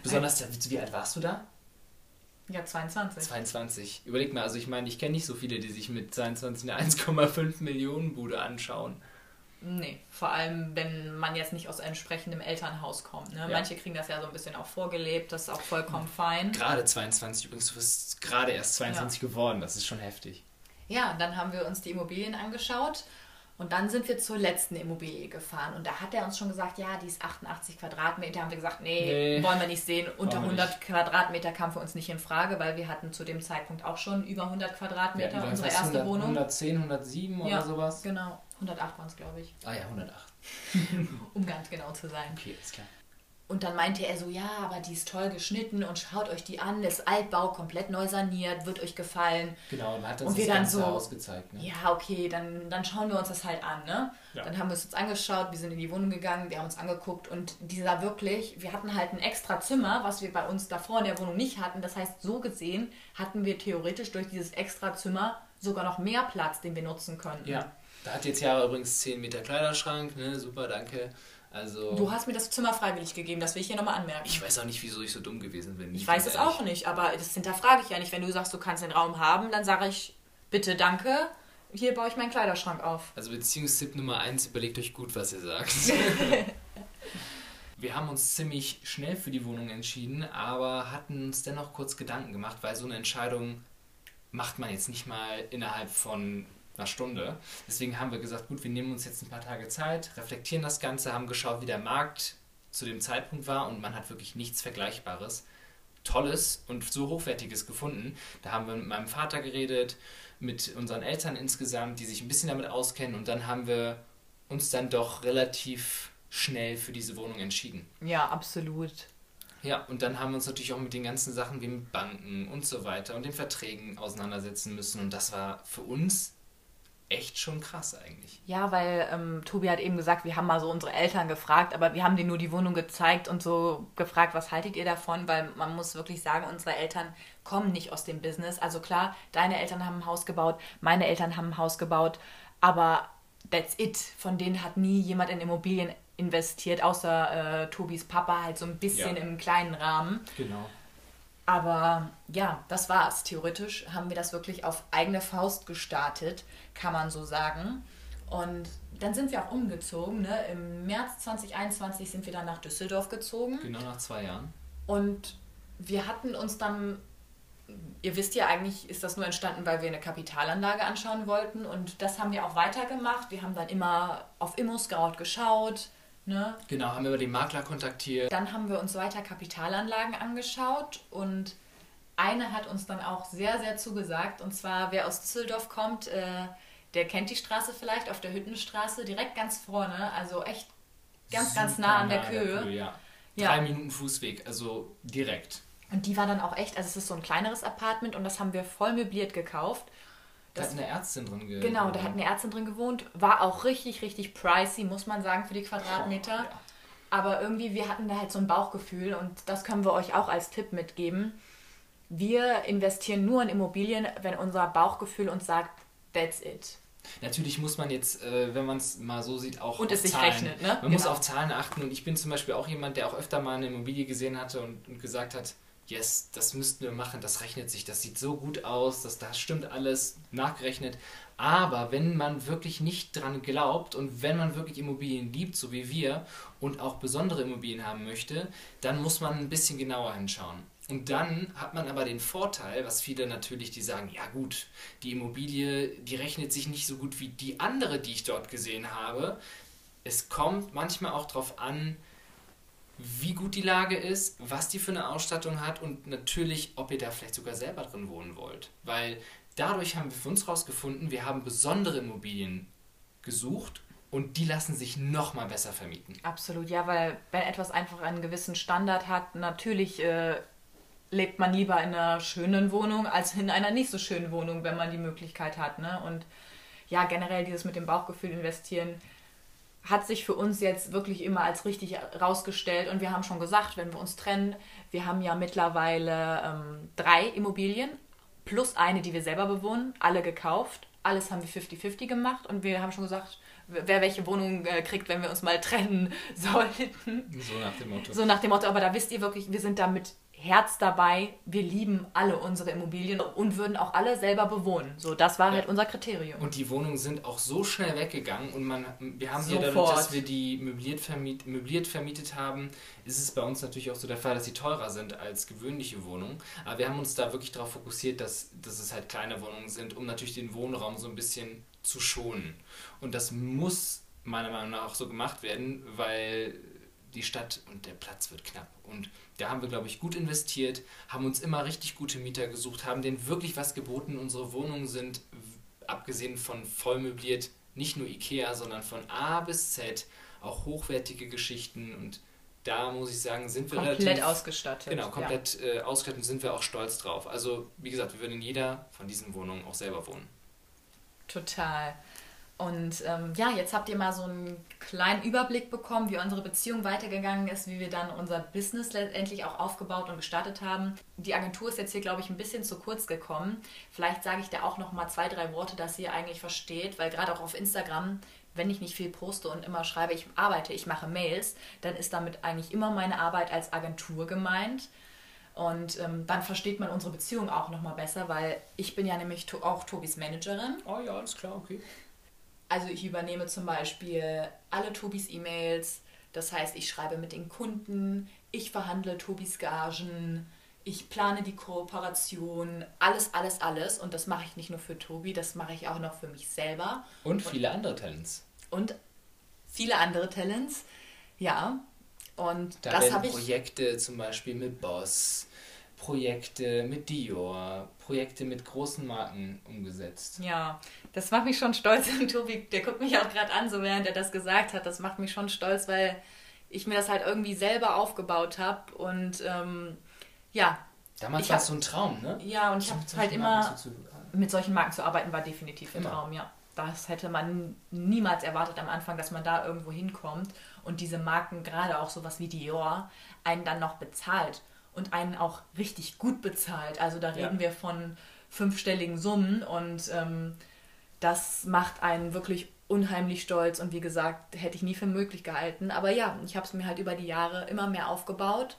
Besonders, wie alt warst du da? Ja, zweiundzwanzig. zweiundzwanzig. Überleg mal, also ich meine, ich kenne nicht so viele, die sich mit zweiundzwanzig eine eins Komma fünf Millionen Bude anschauen. Nee, vor allem, wenn man jetzt nicht aus entsprechendem Elternhaus kommt. Ne? Ja. Manche kriegen das ja so ein bisschen auch vorgelebt, das ist auch vollkommen fein. Gerade zweiundzwanzig übrigens, du bist gerade erst zweiundzwanzig ja. geworden, das ist schon heftig. Ja, dann haben wir uns die Immobilien angeschaut und dann sind wir zur letzten Immobilie gefahren. Und da hat er uns schon gesagt, ja, die ist achtundachtzig Quadratmeter. Haben wir gesagt, nee, nee. wollen wir nicht sehen. Unter hundert nicht. Quadratmeter kam für uns nicht in Frage, weil wir hatten zu dem Zeitpunkt auch schon über hundert Quadratmeter, ja, unsere erste hundert, Wohnung. hundertzehn, hundertsieben ja, oder sowas? Genau, hundertacht waren es, glaube ich. Ah ja, hundertacht. Um ganz genau zu sein. Okay, ist klar. Und dann meinte er so, ja, aber die ist toll geschnitten und schaut euch die an, ist Altbau, komplett neu saniert, wird euch gefallen. Genau, man hat uns und wir das dann Ganze so, ausgezeigt. Ne? Ja, okay, dann, dann schauen wir uns das halt an. Ne? Ja. Dann haben wir es uns angeschaut, wir sind in die Wohnung gegangen, wir haben uns angeguckt und dieser wirklich, wir hatten halt ein extra Zimmer, was wir bei uns davor in der Wohnung nicht hatten. Das heißt, so gesehen hatten wir theoretisch durch dieses extra Zimmer sogar noch mehr Platz, den wir nutzen könnten. Ja, da hat jetzt Jara übrigens zehn Meter Kleiderschrank, ne? Super, danke. Also, du hast mir das Zimmer freiwillig gegeben, das will ich hier nochmal anmerken. Ich weiß auch nicht, wieso ich so dumm gewesen bin. Ich weiß es auch nicht, aber das hinterfrage ich ja nicht. Wenn du sagst, du kannst den Raum haben, dann sage ich, bitte, danke, hier baue ich meinen Kleiderschrank auf. Also Beziehungstipp Nummer eins, überlegt euch gut, was ihr sagt. Wir haben uns ziemlich schnell für die Wohnung entschieden, aber hatten uns dennoch kurz Gedanken gemacht, weil so eine Entscheidung macht man jetzt nicht mal innerhalb von einer Stunde. Deswegen haben wir gesagt, gut, wir nehmen uns jetzt ein paar Tage Zeit, reflektieren das Ganze, haben geschaut, wie der Markt zu dem Zeitpunkt war und man hat wirklich nichts Vergleichbares, Tolles und so Hochwertiges gefunden. Da haben wir mit meinem Vater geredet, mit unseren Eltern insgesamt, die sich ein bisschen damit auskennen und dann haben wir uns dann doch relativ schnell für diese Wohnung entschieden. Ja, absolut. Ja, und dann haben wir uns natürlich auch mit den ganzen Sachen wie mit Banken und so weiter und den Verträgen auseinandersetzen müssen und das war für uns echt schon krass eigentlich. Ja, weil ähm, Tobi hat eben gesagt, wir haben mal so unsere Eltern gefragt, aber wir haben denen nur die Wohnung gezeigt und so gefragt, was haltet ihr davon? Weil man muss wirklich sagen, unsere Eltern kommen nicht aus dem Business. Also klar, deine Eltern haben ein Haus gebaut, meine Eltern haben ein Haus gebaut, aber that's it. Von denen hat nie jemand in Immobilien investiert, außer äh, Tobis Papa halt so ein bisschen ja. im kleinen Rahmen. Genau. Aber ja, das war's. Theoretisch haben wir das wirklich auf eigene Faust gestartet, kann man so sagen. Und dann sind wir auch umgezogen. Ne? Im März zwanzig einundzwanzig sind wir dann nach Düsseldorf gezogen. Genau, nach zwei Jahren. Und wir hatten uns dann, ihr wisst ja, eigentlich ist das nur entstanden, weil wir eine Kapitalanlage anschauen wollten. Und das haben wir auch weitergemacht. Wir haben dann immer auf ImmoScout geschaut. Ne? Genau, haben wir über den Makler kontaktiert. Dann haben wir uns weiter Kapitalanlagen angeschaut und eine hat uns dann auch sehr, sehr zugesagt. Und zwar, wer aus Düsseldorf kommt, äh, der kennt die Straße vielleicht, auf der Hüttenstraße, direkt ganz vorne, also echt ganz, Super ganz nah an der Köhe. Köhe ja. Ja. Drei Minuten Fußweg, also direkt. Und die war dann auch echt, also es ist so ein kleineres Apartment und das haben wir voll möbliert gekauft. Da hat eine Ärztin drin gewohnt. Genau, da hat eine Ärztin drin gewohnt. War auch richtig, richtig pricey, muss man sagen, für die Quadratmeter. Oh, ja. Aber irgendwie, wir hatten da halt so ein Bauchgefühl und das können wir euch auch als Tipp mitgeben. Wir investieren nur in Immobilien, wenn unser Bauchgefühl uns sagt, that's it. Natürlich muss man jetzt, äh, wenn man es mal so sieht, auch und auf es sich Zahlen. rechnet, ne? Man genau. muss auf Zahlen achten und ich bin zum Beispiel auch jemand, der auch öfter mal eine Immobilie gesehen hatte und, und gesagt hat, yes, das müssten wir machen, das rechnet sich, das sieht so gut aus, das, das stimmt alles, nachgerechnet. Aber wenn man wirklich nicht dran glaubt und wenn man wirklich Immobilien liebt, so wie wir, und auch besondere Immobilien haben möchte, dann muss man ein bisschen genauer hinschauen. Und dann hat man aber den Vorteil, was viele natürlich, die sagen, ja gut, die Immobilie, die rechnet sich nicht so gut wie die andere, die ich dort gesehen habe. Es kommt manchmal auch darauf an, wie gut die Lage ist, was die für eine Ausstattung hat und natürlich, ob ihr da vielleicht sogar selber drin wohnen wollt. Weil dadurch haben wir für uns rausgefunden, wir haben besondere Immobilien gesucht und die lassen sich noch mal besser vermieten. Absolut, ja, weil wenn etwas einfach einen gewissen Standard hat, natürlich äh, lebt man lieber in einer schönen Wohnung als in einer nicht so schönen Wohnung, wenn man die Möglichkeit hat. Ne? Und ja, generell dieses mit dem Bauchgefühl investieren hat sich für uns jetzt wirklich immer als richtig rausgestellt. Und wir haben schon gesagt, wenn wir uns trennen, wir haben ja mittlerweile ähm, drei Immobilien plus eine, die wir selber bewohnen, alle gekauft. alles haben wir fünfzig fünfzig gemacht und wir haben schon gesagt, wer welche Wohnung äh, kriegt, wenn wir uns mal trennen sollten. So nach dem Motto. So nach dem Motto, aber da wisst ihr wirklich, wir sind da mit Herz dabei, wir lieben alle unsere Immobilien und würden auch alle selber bewohnen. So, das war ja. halt unser Kriterium. Und die Wohnungen sind auch so schnell weggegangen und man, wir haben hier Sofort. dadurch, dass wir die möbliert, vermiet, möbliert vermietet haben, ist es bei uns natürlich auch so der Fall, dass sie teurer sind als gewöhnliche Wohnungen. Aber wir haben uns da wirklich darauf fokussiert, dass, dass es halt kleine Wohnungen sind, um natürlich den Wohnraum so ein bisschen zu schonen. Und das muss meiner Meinung nach auch so gemacht werden, weil die Stadt und der Platz wird knapp. Und da haben wir, glaube ich, gut investiert, haben uns immer richtig gute Mieter gesucht, haben denen wirklich was geboten. Unsere Wohnungen sind, abgesehen von voll möbliert, nicht nur Ikea, sondern von A bis Z, auch hochwertige Geschichten. Und da muss ich sagen, sind wir komplett relativ, ausgestattet. Genau, komplett ja. äh, ausgestattet und sind wir auch stolz drauf. Also, wie gesagt, wir würden in jeder von diesen Wohnungen auch selber wohnen. Total. Und ähm, ja, jetzt habt ihr mal so einen kleinen Überblick bekommen, wie unsere Beziehung weitergegangen ist, wie wir dann unser Business letztendlich auch aufgebaut und gestartet haben. Die Agentur ist jetzt hier, glaube ich, ein bisschen zu kurz gekommen. Vielleicht sage ich da auch noch mal zwei, drei Worte, dass ihr eigentlich versteht, weil gerade auch auf Instagram, wenn ich nicht viel poste und immer schreibe, ich arbeite, ich mache Mails, dann ist damit eigentlich immer meine Arbeit als Agentur gemeint. Und ähm, dann versteht man unsere Beziehung auch noch mal besser, weil ich bin ja nämlich to- auch Tobis Managerin. Oh ja, alles klar, okay. Also ich übernehme zum Beispiel alle Tobis E-Mails, das heißt, ich schreibe mit den Kunden, ich verhandle Tobis Gagen, ich plane die Kooperation, alles, alles, alles. Und das mache ich nicht nur für Tobi, das mache ich auch noch für mich selber. Und viele und, andere Talents. Und viele andere Talents, ja. Und da das habe ich... Projekte zum Beispiel mit Boss, Projekte mit Dior, Projekte mit großen Marken umgesetzt. Ja, das macht mich schon stolz. Und Tobi, der guckt mich auch gerade an, so während er das gesagt hat. Das macht mich schon stolz, weil ich mir das halt irgendwie selber aufgebaut habe. Und ähm, ja. Damals war es so ein Traum, ne? Ja, und ich habe halt immer... Zu, zu, mit solchen Marken zu arbeiten, war definitiv ein Traum, ja. Das hätte man niemals erwartet am Anfang, dass man da irgendwo hinkommt. Und diese Marken, gerade auch sowas wie Dior, einen dann noch bezahlt. Und einen auch richtig gut bezahlt. Also da reden ja. wir von fünfstelligen Summen und ähm, das macht einen wirklich unheimlich stolz und wie gesagt, hätte ich nie für möglich gehalten. Aber ja, ich habe es mir halt über die Jahre immer mehr aufgebaut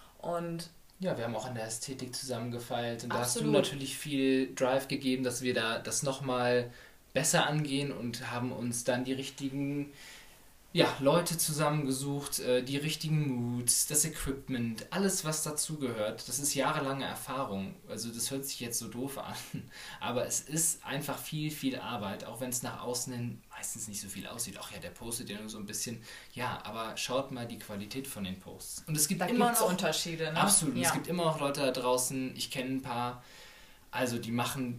und ja, wir haben auch an der Ästhetik zusammengefeilt und da hast du natürlich viel Drive gegeben, dass wir da das nochmal besser angehen und haben uns dann die richtigen ja, Leute zusammengesucht, die richtigen Moods, das Equipment, alles was dazugehört. Das ist jahrelange Erfahrung. Also das hört sich jetzt so doof an, aber es ist einfach viel, viel Arbeit, auch wenn es nach außen hin meistens nicht so viel aussieht. Ach ja, der postet ja nur so ein bisschen. Ja, aber schaut mal die Qualität von den Posts. Und es gibt da immer noch Unterschiede. Ne? Absolut. Ja. Es gibt immer noch Leute da draußen, ich kenne ein paar, also die machen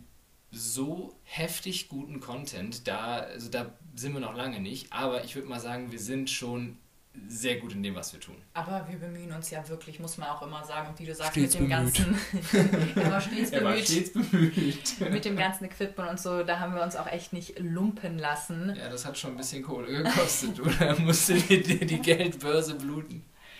so heftig guten Content, da, also da sind wir noch lange nicht, aber ich würde mal sagen, wir sind schon sehr gut in dem, was wir tun. Aber wir bemühen uns ja wirklich, muss man auch immer sagen, und wie du sagst, stets mit dem bemüht. ganzen er war stets er war stets bemüht. Mit dem ganzen Equipment und so, da haben wir uns auch echt nicht lumpen lassen. Ja, das hat schon ein bisschen Kohle gekostet, oder? Musste die, die, die Geldbörse bluten.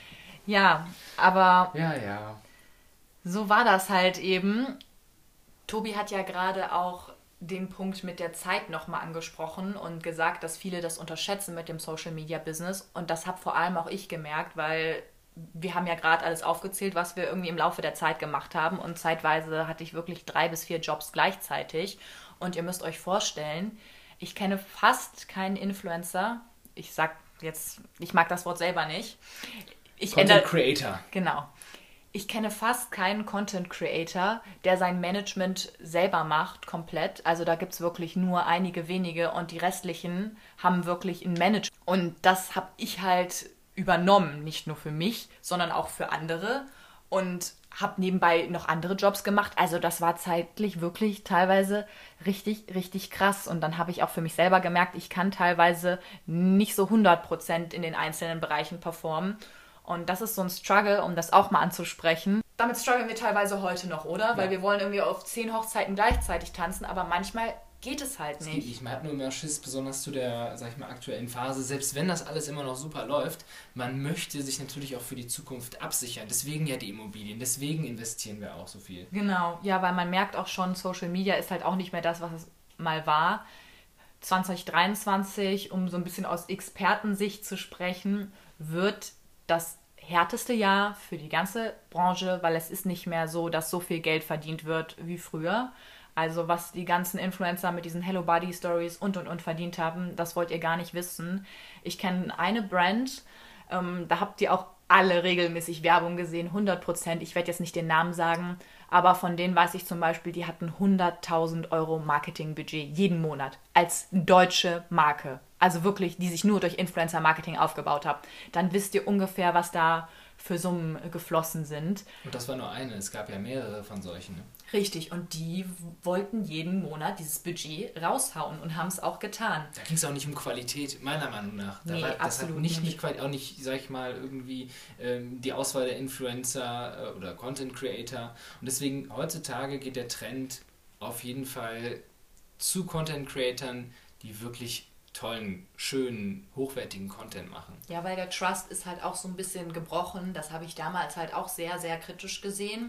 Ja, aber ja, ja. So war das halt eben. Tobi hat ja gerade auch den Punkt mit der Zeit nochmal angesprochen und gesagt, dass viele das unterschätzen mit dem Social-Media-Business. Und das habe vor allem auch ich gemerkt, weil wir haben ja gerade alles aufgezählt, was wir irgendwie im Laufe der Zeit gemacht haben. Und zeitweise hatte ich wirklich drei bis vier Jobs gleichzeitig. Und ihr müsst euch vorstellen, ich kenne fast keinen Influencer. Ich sag jetzt, ich mag das Wort selber nicht. Ich Content ändere, Creator. Genau. Ich kenne fast keinen Content Creator, der sein Management selber macht, komplett. Also da gibt es wirklich nur einige wenige und die restlichen haben wirklich ein Management. Und das habe ich halt übernommen, nicht nur für mich, sondern auch für andere. Und habe nebenbei noch andere Jobs gemacht. Also das war zeitlich wirklich teilweise richtig, richtig krass. Und dann habe ich auch für mich selber gemerkt, ich kann teilweise nicht so hundert Prozent in den einzelnen Bereichen performen. Und das ist so ein Struggle, um das auch mal anzusprechen. Damit strugglen wir teilweise heute noch, oder? Ja. Weil wir wollen irgendwie auf zehn Hochzeiten gleichzeitig tanzen, aber manchmal geht es halt nicht. Das geht nicht. Man hat nur immer Schiss, besonders zu der, sag ich mal, aktuellen Phase. Selbst wenn das alles immer noch super läuft, man möchte sich natürlich auch für die Zukunft absichern. Deswegen ja die Immobilien, deswegen investieren wir auch so viel. Genau, ja, weil man merkt auch schon, Social Media ist halt auch nicht mehr das, was es mal war. zwanzig dreiundzwanzig, um so ein bisschen aus Expertensicht zu sprechen, wird das härteste Jahr für die ganze Branche, weil es ist nicht mehr so, dass so viel Geld verdient wird wie früher. Also was die ganzen Influencer mit diesen Hello Body Stories und und und verdient haben, das wollt ihr gar nicht wissen. Ich kenne eine Brand, ähm, da habt ihr auch alle regelmäßig Werbung gesehen, hundert Prozent. Ich werde jetzt nicht den Namen sagen, aber von denen weiß ich zum Beispiel, die hatten hunderttausend Euro Marketingbudget jeden Monat als deutsche Marke. Also wirklich, die sich nur durch Influencer-Marketing aufgebaut haben. Dann wisst ihr ungefähr, was da für Summen geflossen sind. Und das war nur eine, es gab ja mehrere von solchen. Ne? Richtig, und die wollten jeden Monat dieses Budget raushauen und haben es auch getan. Da ging es auch nicht um Qualität, meiner Meinung nach. Da Nee, war, das absolut hat nicht, nicht. nicht auch nicht, sag ich mal, irgendwie ähm, die Auswahl der Influencer äh, oder Content Creator. Und deswegen heutzutage geht der Trend auf jeden Fall zu Content Creatern, die wirklich tollen, schönen, hochwertigen Content machen. Ja, weil der Trust ist halt auch so ein bisschen gebrochen. Das habe ich damals halt auch sehr, sehr kritisch gesehen.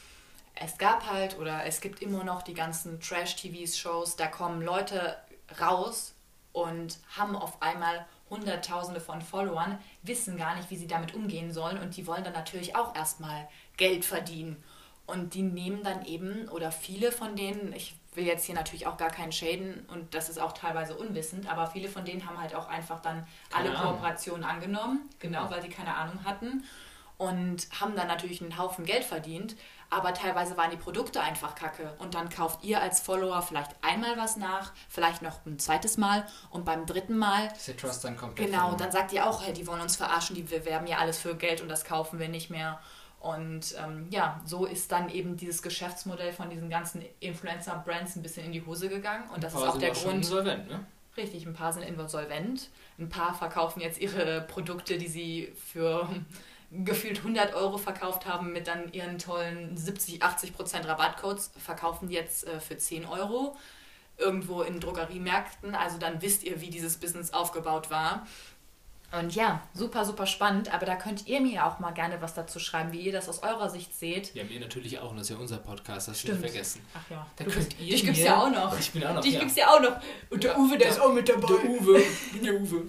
Es gab halt, oder es gibt immer noch die ganzen Trash-T V-Shows, da kommen Leute raus und haben auf einmal Hunderttausende von Followern, wissen gar nicht, wie sie damit umgehen sollen und die wollen dann natürlich auch erstmal Geld verdienen. Und die nehmen dann eben, oder viele von denen, ich will jetzt hier natürlich auch gar keinen shaden und das ist auch teilweise unwissend, aber viele von denen haben halt auch einfach dann Keine alle Ahnung. Kooperationen angenommen, genau, weil sie keine Ahnung hatten und haben dann natürlich einen Haufen Geld verdient, aber teilweise waren die Produkte einfach kacke und dann kauft ihr als Follower vielleicht einmal was nach, vielleicht noch ein zweites Mal und beim dritten Mal Ist der Trust dann komplett genau, verloren. dann sagt ihr auch, hey, die wollen uns verarschen, die bewerben ja alles für Geld und das kaufen wir nicht mehr. Und ähm, ja, so ist dann eben dieses Geschäftsmodell von diesen ganzen Influencer-Brands ein bisschen in die Hose gegangen. Und das Ein ist paar auch sind der schon Grund. insolvent, ne? Richtig, ein paar sind insolvent. Ein paar verkaufen jetzt ihre Produkte, die sie für gefühlt hundert Euro verkauft haben, mit dann ihren tollen siebzig, achtzig Prozent Rabattcodes, verkaufen die jetzt äh, für zehn Euro irgendwo in Drogeriemärkten. Also dann wisst ihr, wie dieses Business aufgebaut war. Und ja, super, super spannend, aber da könnt ihr mir auch mal gerne was dazu schreiben, wie ihr das aus eurer Sicht seht. Ja, wir natürlich auch, und das ist ja unser Podcast, das Stimmt. wir vergessen. Ach ja, Da du könnt bist, ihr dich gibt's mir- ja auch noch. Ich bin auch noch, Dich ja. gibt's ja auch noch. Und der Ja, Uwe, der ja. ist auch mit dabei. Der Uwe, der Uwe.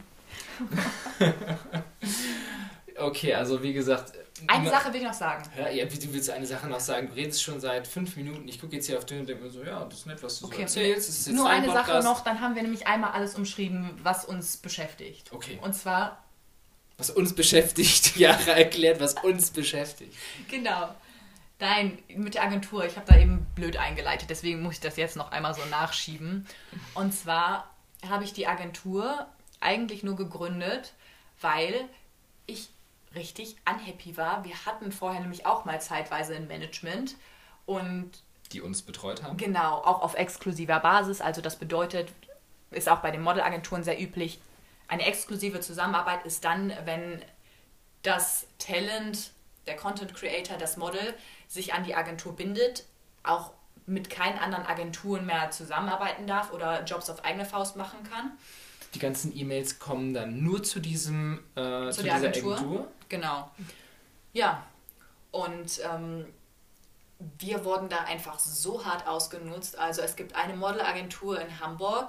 Okay, also wie gesagt... Eine na- Sache will ich noch sagen. Ja, ja, wie du willst eine Sache noch sagen. Du redest schon seit fünf Minuten. Ich gucke jetzt hier auf den und denke mir so, ja, das ist nett, was du Okay, so erzählst. Das ist jetzt nur dein eine Podcast. Sache noch, dann haben wir nämlich einmal alles umschrieben, was uns beschäftigt. Okay. Und zwar, Was uns beschäftigt. Jahre erklärt, was uns beschäftigt. genau, nein, mit der Agentur, ich habe da eben blöd eingeleitet, deswegen muss ich das jetzt noch einmal so nachschieben. Und zwar habe ich die Agentur eigentlich nur gegründet, weil ich richtig unhappy war. Wir hatten vorher nämlich auch mal zeitweise ein Management und Die uns betreut haben. genau, auch auf exklusiver Basis. Also das bedeutet, ist auch bei den Modelagenturen sehr üblich, eine exklusive Zusammenarbeit ist dann, wenn das Talent, der Content Creator, das Model sich an die Agentur bindet, auch mit keinen anderen Agenturen mehr zusammenarbeiten darf oder Jobs auf eigene Faust machen kann. Die ganzen E-Mails kommen dann nur zu diesem äh, Zu zu der dieser Agentur? Agentur. Genau. Ja. Und ähm, wir wurden da einfach so hart ausgenutzt. Also es gibt eine Modelagentur in Hamburg.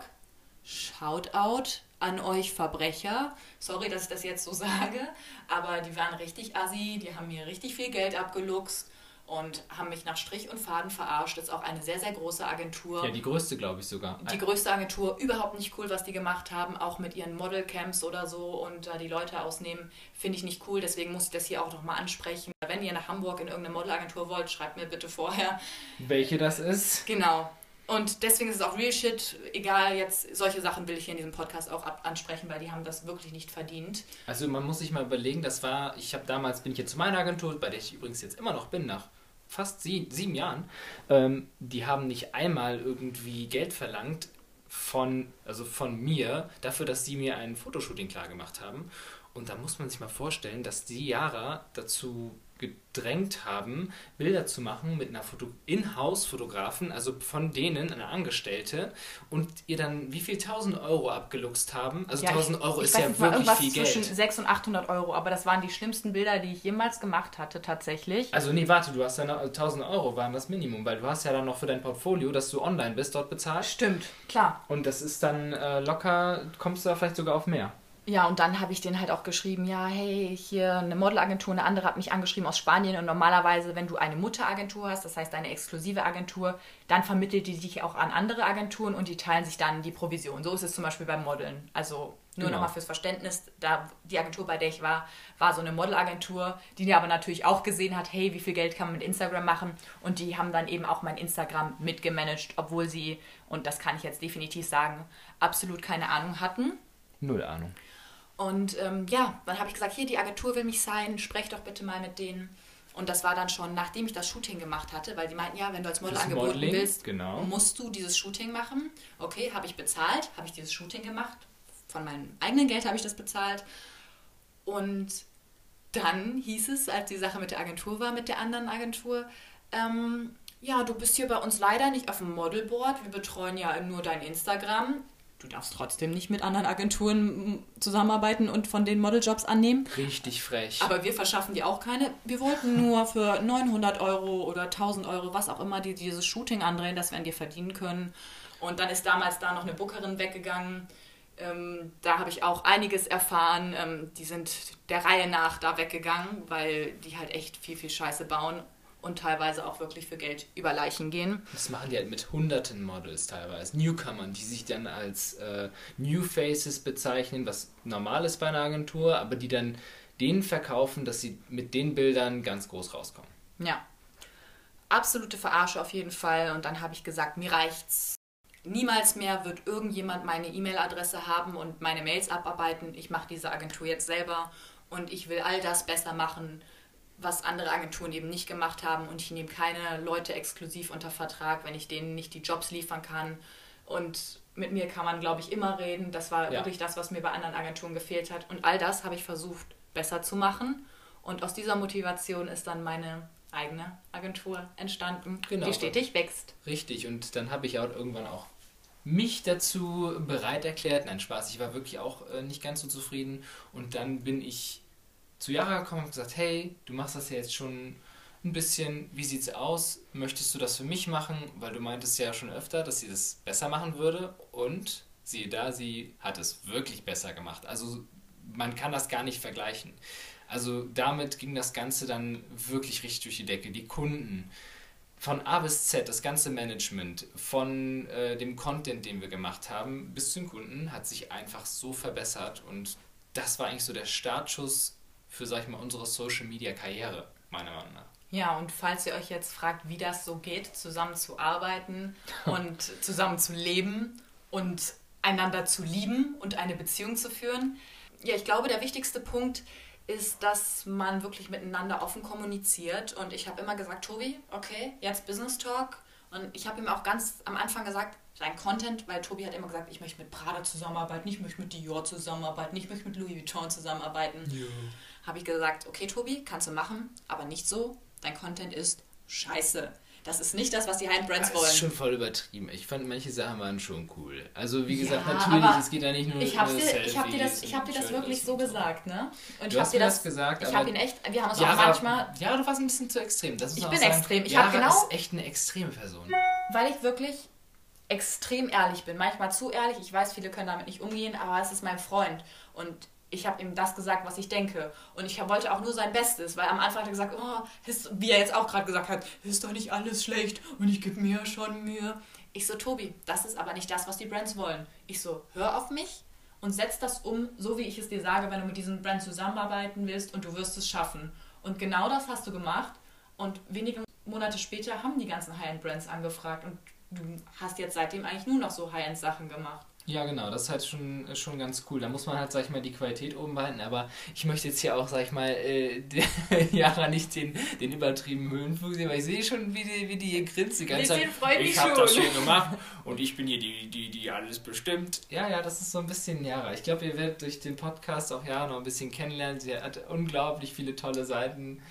Shoutout an euch Verbrecher. Sorry, dass ich das jetzt so sage, aber die waren richtig assi, die haben mir richtig viel Geld abgeluchst und haben mich nach Strich und Faden verarscht. Das ist auch eine sehr, sehr große Agentur. Ja, die größte, glaube ich sogar. Die größte Agentur, überhaupt nicht cool, was die gemacht haben, auch mit ihren Modelcamps oder so und da die Leute ausnehmen, finde ich nicht cool, deswegen muss ich das hier auch nochmal ansprechen. Wenn ihr nach Hamburg in irgendeine Modelagentur wollt, schreibt mir bitte vorher. Welche das ist? Genau. Und deswegen ist es auch Real Shit, egal jetzt, solche Sachen will ich hier in diesem Podcast auch ab ansprechen, weil die haben das wirklich nicht verdient. Also man muss sich mal überlegen, das war, ich habe damals, bin ich jetzt zu meiner Agentur, bei der ich übrigens jetzt immer noch bin, nach fast sie, sieben Jahren, ähm, die haben nicht einmal irgendwie Geld verlangt von, also von mir, dafür, dass sie mir ein Fotoshooting klar gemacht haben. Und da muss man sich mal vorstellen, dass die Yara dazu gedrängt haben, Bilder zu machen mit einer Foto Inhouse-Fotografen, also von denen, eine Angestellte, und ihr dann wie viel tausend Euro abgeluchst haben. Also ja, tausend ich, Euro ich ist weiß ja nicht mal, wirklich irgendwas viel Geld. zwischen sechshundert und achthundert Euro, aber das waren die schlimmsten Bilder, die ich jemals gemacht hatte, tatsächlich. Also nee, warte, du hast ja noch, tausend Euro waren das Minimum, weil du hast ja dann noch für dein Portfolio, dass du online bist, dort bezahlt. Stimmt, klar. Und das ist dann äh, locker, kommst du da vielleicht sogar auf mehr. Ja, und dann habe ich denen halt auch geschrieben, ja, hey, hier eine Modelagentur, eine andere hat mich angeschrieben aus Spanien und normalerweise, wenn du eine Mutteragentur hast, das heißt eine exklusive Agentur, dann vermittelt die dich auch an andere Agenturen und die teilen sich dann die Provision. So ist es zum Beispiel beim Modeln. Also nur Genau. nochmal fürs Verständnis, da die Agentur, bei der ich war, war so eine Modelagentur, die aber natürlich auch gesehen hat, hey, wie viel Geld kann man mit Instagram machen, und die haben dann eben auch mein Instagram mitgemanagt, obwohl sie, und das kann ich jetzt definitiv sagen, absolut keine Ahnung hatten. Null Ahnung. Und ähm, ja, dann habe ich gesagt, hier, die Agentur will mich sein, sprech doch bitte mal mit denen. Und das war dann schon, nachdem ich das Shooting gemacht hatte, weil die meinten, ja, wenn du als Model Fürs angeboten Modeling, willst, genau. musst du dieses Shooting machen. Okay, habe ich bezahlt, habe ich dieses Shooting gemacht. Von meinem eigenen Geld habe ich das bezahlt. Und dann hieß es, als die Sache mit der Agentur war, mit der anderen Agentur, ähm, ja, du bist hier bei uns leider nicht auf dem Modelboard, wir betreuen ja nur dein Instagram. Du darfst trotzdem nicht mit anderen Agenturen zusammenarbeiten und von den Modeljobs annehmen. Richtig frech. Aber wir verschaffen dir auch keine. Wir wollten nur für neunhundert Euro oder tausend Euro, was auch immer, die dieses Shooting andrehen, dass wir an dir verdienen können. Und dann ist damals da noch eine Bookerin weggegangen. Ähm, da habe ich auch einiges erfahren. Ähm, die sind der Reihe nach da weggegangen, weil die halt echt viel, viel Scheiße bauen. Und teilweise auch wirklich für Geld über Leichen gehen. Das machen die halt mit hunderten Models teilweise. Newcomern, die sich dann als äh, New Faces bezeichnen, was normal ist bei einer Agentur, aber die dann denen verkaufen, dass sie mit den Bildern ganz groß rauskommen. Ja. Absolute Verarsche auf jeden Fall. Und dann habe ich gesagt, mir reicht's. Niemals mehr wird irgendjemand meine E-Mail-Adresse haben und meine Mails abarbeiten. Ich mache diese Agentur jetzt selber und ich will all das besser machen, was andere Agenturen eben nicht gemacht haben, und ich nehme keine Leute exklusiv unter Vertrag, wenn ich denen nicht die Jobs liefern kann. Und mit mir kann man, glaube ich, immer reden. Das war ja wirklich das, was mir bei anderen Agenturen gefehlt hat. Und all das habe ich versucht, besser zu machen. Und aus dieser Motivation ist dann meine eigene Agentur entstanden, Genau. die stetig wächst. Richtig, und dann habe ich auch irgendwann auch mich dazu bereit erklärt. Nein, Spaß, ich war wirklich auch äh, nicht ganz so zufrieden. Und dann bin ich zu Yara gekommen und gesagt, hey, du machst das ja jetzt schon ein bisschen, wie sieht's aus? Möchtest du das für mich machen? Weil du meintest ja schon öfter, dass sie das besser machen würde, und siehe da, sie hat es wirklich besser gemacht. Also man kann das gar nicht vergleichen. Also damit ging das Ganze dann wirklich richtig durch die Decke. Die Kunden, von A bis Z, das ganze Management, von äh, dem Content, den wir gemacht haben, bis zum Kunden, hat sich einfach so verbessert, und das war eigentlich so der Startschuss für, sag ich mal, unsere Social-Media-Karriere, meiner Meinung nach. Ja, und falls ihr euch jetzt fragt, wie das so geht, zusammen zu arbeiten und zusammen zu leben und einander zu lieben und eine Beziehung zu führen. Ja, ich glaube, der wichtigste Punkt ist, dass man wirklich miteinander offen kommuniziert. Und ich habe immer gesagt, Tobi, okay, jetzt Business Talk. Und ich habe ihm auch ganz am Anfang gesagt, sein Content, weil Tobi hat immer gesagt, ich möchte mit Prada zusammenarbeiten, ich möchte mit Dior zusammenarbeiten, ich möchte mit Louis Vuitton zusammenarbeiten. Ja. Habe ich gesagt, okay Tobi, kannst du machen, aber nicht so. Dein Content ist scheiße. Das ist nicht das, was die High-Brands wollen. Das ist schon voll übertrieben. Ich fand, manche Sachen waren schon cool. Also wie gesagt, ja, natürlich, es geht da nicht nur ich hab um dir, ich habe dir das, ich hab dir das wirklich so gesagt, ne? Und du ich hast dir mir das, das gesagt, ich aber habe ihn echt, wir haben uns Yara, auch manchmal... Ja, du warst ein bisschen zu extrem. Das muss ich man bin auch sagen. extrem. Ich Yara habe genau... ist echt eine extreme Person. Weil ich wirklich extrem ehrlich bin. Manchmal zu ehrlich. Ich weiß, viele können damit nicht umgehen, aber es ist mein Freund. Und ich habe ihm das gesagt, was ich denke. Und ich wollte auch nur sein Bestes, weil am Anfang hat er gesagt, oh, ist, wie er jetzt auch gerade gesagt hat, ist doch nicht alles schlecht und ich gebe mir schon Mühe. Ich so, Tobi, das ist aber nicht das, was die Brands wollen. Ich so, hör auf mich und setz das um, so wie ich es dir sage, wenn du mit diesen Brands zusammenarbeiten willst, und du wirst es schaffen. Und genau das hast du gemacht, und wenige Monate später haben die ganzen High-End-Brands angefragt, und du hast jetzt seitdem eigentlich nur noch so High-End-Sachen gemacht. Ja, genau, das ist halt schon, schon ganz cool. Da muss man halt, sag ich mal, die Qualität oben behalten, aber ich möchte jetzt hier auch, sag ich mal, äh, Yara nicht den, den übertriebenen Höhenflug sehen, weil ich sehe schon, wie die, wie die hier grinst die ganze Zeit. Ich habe das hier gemacht und ich bin hier die, die, die alles bestimmt. Ja, ja, das ist so ein bisschen Yara. Ich glaube, ihr werdet durch den Podcast auch Yara noch ein bisschen kennenlernen. Sie hat unglaublich viele tolle Seiten.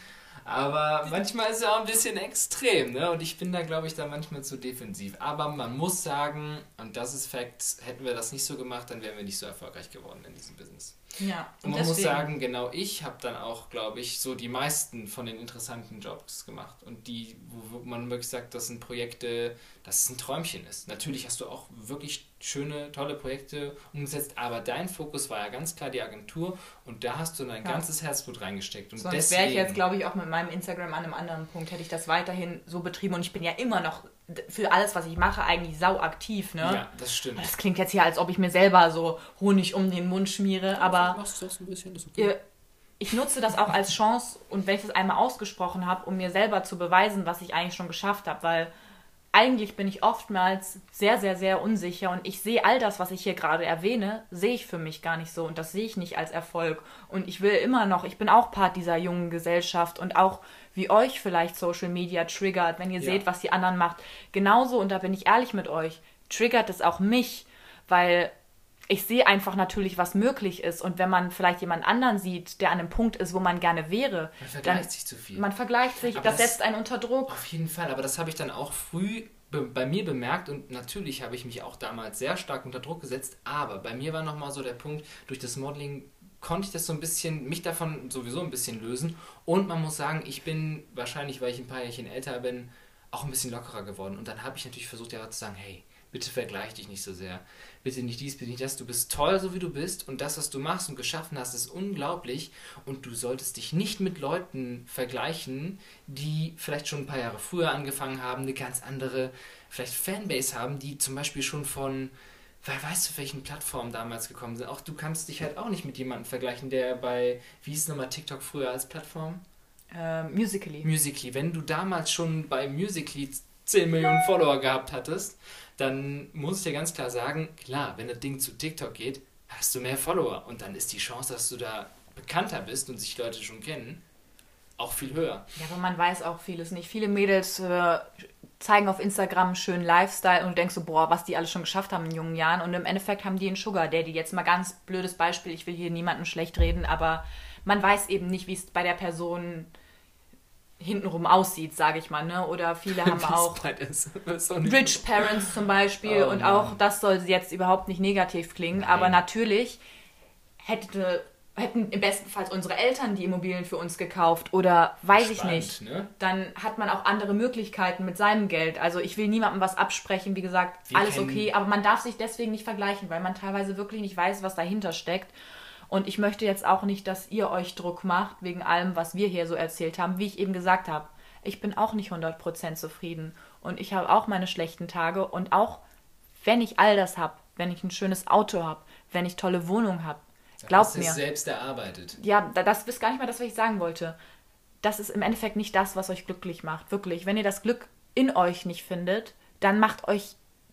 Aber manchmal ist es auch ein bisschen extrem, ne? Und ich bin da, glaube ich, da manchmal zu defensiv. Aber man muss sagen, und das ist Fact, hätten wir das nicht so gemacht, dann wären wir nicht so erfolgreich geworden in diesem Business. Ja, und, und man deswegen. muss sagen, genau ich habe dann auch, glaube ich, so die meisten von den interessanten Jobs gemacht. Und die, wo man wirklich sagt, das sind Projekte, dass es ein Träumchen ist. Natürlich hast du auch wirklich schöne, tolle Projekte umgesetzt, aber dein Fokus war ja ganz klar die Agentur und da hast du dein ja. ganzes Herzblut reingesteckt. Und sonst wäre ich jetzt, glaube ich, auch mit meinem Instagram an einem anderen Punkt, hätte ich das weiterhin so betrieben und ich bin ja immer noch für alles, was ich mache, eigentlich sau aktiv, ne? Ja, das stimmt. Das klingt jetzt hier, als ob ich mir selber so Honig um den Mund schmiere, aber machst du das ein bisschen, das ist okay. Ich nutze das auch als Chance und wenn ich das einmal ausgesprochen habe, um mir selber zu beweisen, was ich eigentlich schon geschafft habe, weil eigentlich bin ich oftmals sehr, sehr, sehr unsicher und ich sehe all das, was ich hier gerade erwähne, sehe ich für mich gar nicht so und das sehe ich nicht als Erfolg und ich will immer noch, ich bin auch Part dieser jungen Gesellschaft und auch wie euch vielleicht Social Media triggert, wenn ihr ja. seht, was die anderen macht, genauso, und da bin ich ehrlich mit euch, triggert es auch mich, weil ich sehe einfach natürlich, was möglich ist und wenn man vielleicht jemand anderen sieht, der an einem Punkt ist, wo man gerne wäre, man vergleicht dann, sich zu viel. Man vergleicht sich, das, das setzt einen unter Druck. Auf jeden Fall, aber das habe ich dann auch früh be- bei mir bemerkt und natürlich habe ich mich auch damals sehr stark unter Druck gesetzt, aber bei mir war nochmal so der Punkt, durch das Modeling konnte ich das so ein bisschen, mich davon sowieso ein bisschen lösen und man muss sagen, ich bin wahrscheinlich, weil ich ein paar Jährchen älter bin, auch ein bisschen lockerer geworden und dann habe ich natürlich versucht, ja zu sagen, hey, bitte vergleich dich nicht so sehr. Bitte nicht dies, bitte nicht das. Du bist toll, so wie du bist. Und das, was du machst und geschaffen hast, ist unglaublich. Und du solltest dich nicht mit Leuten vergleichen, die vielleicht schon ein paar Jahre früher angefangen haben, eine ganz andere, vielleicht Fanbase haben, die zum Beispiel schon von, wer weiß, auf welchen Plattformen damals gekommen sind. Auch du kannst dich halt auch nicht mit jemandem vergleichen, der bei, wie hieß nochmal TikTok früher als Plattform? Uh, Musical.ly. Musical.ly. Wenn du damals schon bei Musical.ly zehn Millionen Follower gehabt hattest, dann muss ich dir ganz klar sagen, klar, wenn das Ding zu TikTok geht, hast du mehr Follower und dann ist die Chance, dass du da bekannter bist und sich Leute schon kennen, auch viel höher. Ja, aber man weiß auch vieles nicht. Viele Mädels äh, zeigen auf Instagram einen schönen Lifestyle und du denkst so, boah, was die alles schon geschafft haben in jungen Jahren und im Endeffekt haben die einen Sugar Daddy. Jetzt mal ganz blödes Beispiel, ich will hier niemanden schlecht reden, aber man weiß eben nicht, wie es bei der Person hintenrum aussieht, sage ich mal, ne? Oder viele haben auch Rich Parents zum Beispiel oh, und auch das soll jetzt überhaupt nicht negativ klingen, Nein. aber natürlich hätte, hätten im besten Fall unsere Eltern die Immobilien für uns gekauft oder weiß Spannend, ich nicht, ne? Dann hat man auch andere Möglichkeiten mit seinem Geld. Also ich will niemandem was absprechen, wie gesagt, Wir alles okay, aber man darf sich deswegen nicht vergleichen, weil man teilweise wirklich nicht weiß, was dahinter steckt. Und ich möchte jetzt auch nicht, dass ihr euch Druck macht, wegen allem, was wir hier so erzählt haben. Wie ich eben gesagt habe, ich bin auch nicht hundert Prozent zufrieden. Und ich habe auch meine schlechten Tage. Und auch, wenn ich all das habe, wenn ich ein schönes Auto habe, wenn ich tolle Wohnung habe, glaubt mir. Das ist selbst erarbeitet. Ja, das ist gar nicht mal das, was ich sagen wollte. Das ist im Endeffekt nicht das, was euch glücklich macht. Wirklich. Wenn ihr das Glück in euch nicht findet, dann macht euch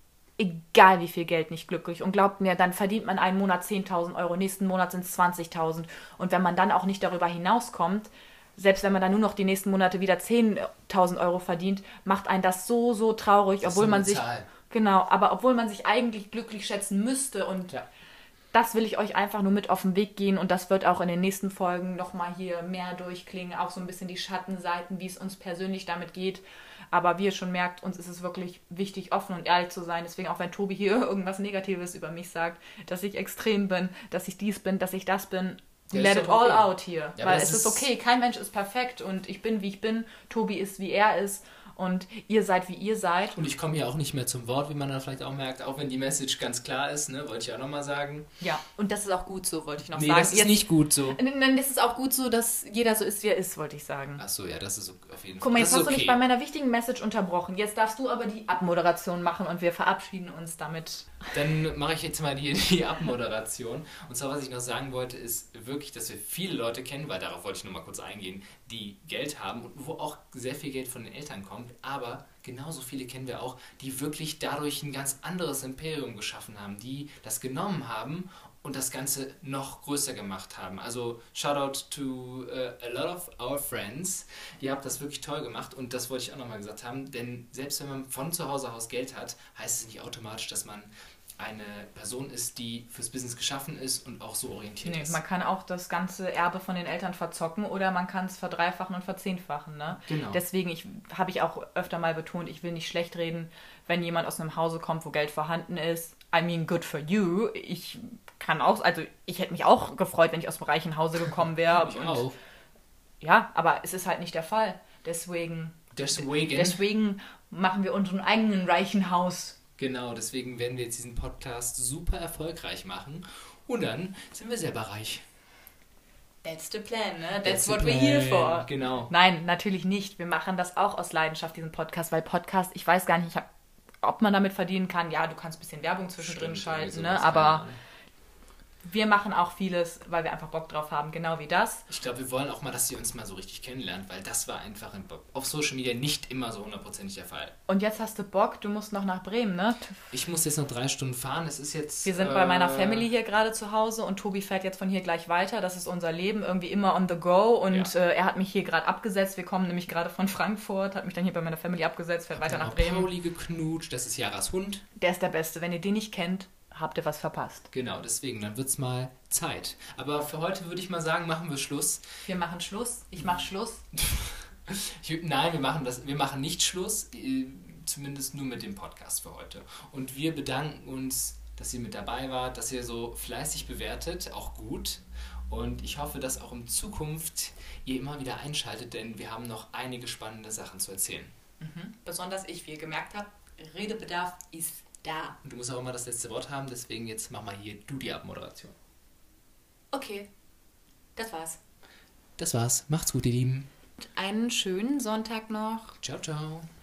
egal wie viel Geld nicht glücklich. Und glaubt mir, dann verdient man einen Monat zehntausend Euro, nächsten Monat sind es zwanzigtausend. Und wenn man dann auch nicht darüber hinauskommt, selbst wenn man dann nur noch die nächsten Monate wieder zehntausend Euro verdient, macht einen das so, so traurig, das obwohl man sich... Zahl. Genau, aber obwohl man sich eigentlich glücklich schätzen müsste. Und ja. das will ich euch einfach nur mit auf den Weg gehen. Und das wird auch in den nächsten Folgen nochmal hier mehr durchklingen. Auch so ein bisschen die Schattenseiten, wie es uns persönlich damit geht. Aber wie ihr schon merkt, uns ist es wirklich wichtig, offen und ehrlich zu sein. Deswegen auch wenn Tobi hier irgendwas Negatives über mich sagt, dass ich extrem bin, dass ich dies bin, dass ich das bin. Ja, let it all okay. out hier. Ja, weil es ist okay, kein Mensch ist perfekt und ich bin, wie ich bin. Tobi ist, wie er ist. Und ihr seid, wie ihr seid. Und ich komme hier auch nicht mehr zum Wort, wie man dann vielleicht auch merkt, auch wenn die Message ganz klar ist, ne, wollte ich auch nochmal sagen. Ja, und das ist auch gut so, wollte ich noch nee, sagen. Nee, das ist Jetzt, nicht gut so. Nein, das ist auch gut so, dass jeder so ist, wie er ist, wollte ich sagen. Ach so, ja, das ist auf jeden Fall. Guck mal, jetzt das hast okay. du mich bei meiner wichtigen Message unterbrochen. Jetzt darfst du aber die Abmoderation machen und wir verabschieden uns damit. Dann mache ich jetzt mal die, die Abmoderation. Und zwar, was ich noch sagen wollte, ist wirklich, dass wir viele Leute kennen, weil darauf wollte ich nur mal kurz eingehen, die Geld haben und wo auch sehr viel Geld von den Eltern kommt, aber genauso viele kennen wir auch, die wirklich dadurch ein ganz anderes Imperium geschaffen haben, die das genommen haben und das Ganze noch größer gemacht haben. Also Shoutout to uh, a lot of our friends. Ihr habt das wirklich toll gemacht und das wollte ich auch nochmal gesagt haben, denn selbst wenn man von zu Hause aus Geld hat, heißt es nicht automatisch, dass man eine Person ist, die fürs Business geschaffen ist und auch so orientiert Nee, ist. man kann auch das ganze Erbe von den Eltern verzocken oder man kann es verdreifachen und verzehnfachen. Ne? Genau. Deswegen ich, habe ich auch öfter mal betont, ich will nicht schlecht reden, wenn jemand aus einem Hause kommt, wo Geld vorhanden ist. I mean, good for you. Ich kann auch, also ich hätte mich auch gefreut, wenn ich aus einem reichen Hause gekommen wäre. Ich und, auch. Ja, aber es ist halt nicht der Fall. Deswegen, Deswegen. deswegen machen wir unseren eigenen reichen Haus. Genau, deswegen werden wir jetzt diesen Podcast super erfolgreich machen und dann sind wir selber reich. That's the plan, ne? That's, That's the what we're plan. here for. Genau. Nein, natürlich nicht. Wir machen das auch aus Leidenschaft, diesen Podcast, weil Podcast, ich weiß gar nicht, ich hab, ob man damit verdienen kann. Ja, du kannst ein bisschen Werbung zwischendrin Stimmt, schalten, irgendwie ne? sowas, Aber keine Ahnung. wir machen auch vieles, weil wir einfach Bock drauf haben, genau wie das. Ich glaube, wir wollen auch mal, dass ihr uns mal so richtig kennenlernt, weil das war einfach in, auf Social Media nicht immer so hundertprozentig der Fall. Und jetzt hast du Bock, du musst noch nach Bremen, ne? Ich muss jetzt noch drei Stunden fahren, es ist jetzt... Wir sind äh, bei meiner Family hier gerade zu Hause und Tobi fährt jetzt von hier gleich weiter. Das ist unser Leben, irgendwie immer on the go. Und Ja. äh, er hat mich hier gerade abgesetzt. Wir kommen nämlich gerade von Frankfurt, hat mich dann hier bei meiner Family abgesetzt, fährt weiter Dann nach auch Bremen. Pauli geknutscht, das ist Jaras Hund. Der ist der Beste. Wenn ihr den nicht kennt, habt ihr was verpasst. Genau, deswegen, dann wird's mal Zeit. Aber für heute würde ich mal sagen, machen wir Schluss. Wir machen Schluss. Ich mach Schluss. Ich, nein, wir machen, das, wir machen nicht Schluss, äh, zumindest nur mit dem Podcast für heute. Und wir bedanken uns, dass ihr mit dabei wart, dass ihr so fleißig bewertet, auch gut. Und ich hoffe, dass auch in Zukunft ihr immer wieder einschaltet, denn wir haben noch einige spannende Sachen zu erzählen. Mhm. Besonders ich, wie ihr gemerkt habt, Redebedarf ist da. Und du musst auch immer das letzte Wort haben, deswegen jetzt mach mal hier du die Abmoderation. Okay, das war's. Das war's. Macht's gut, ihr Lieben. Einen schönen Sonntag noch. Ciao, ciao.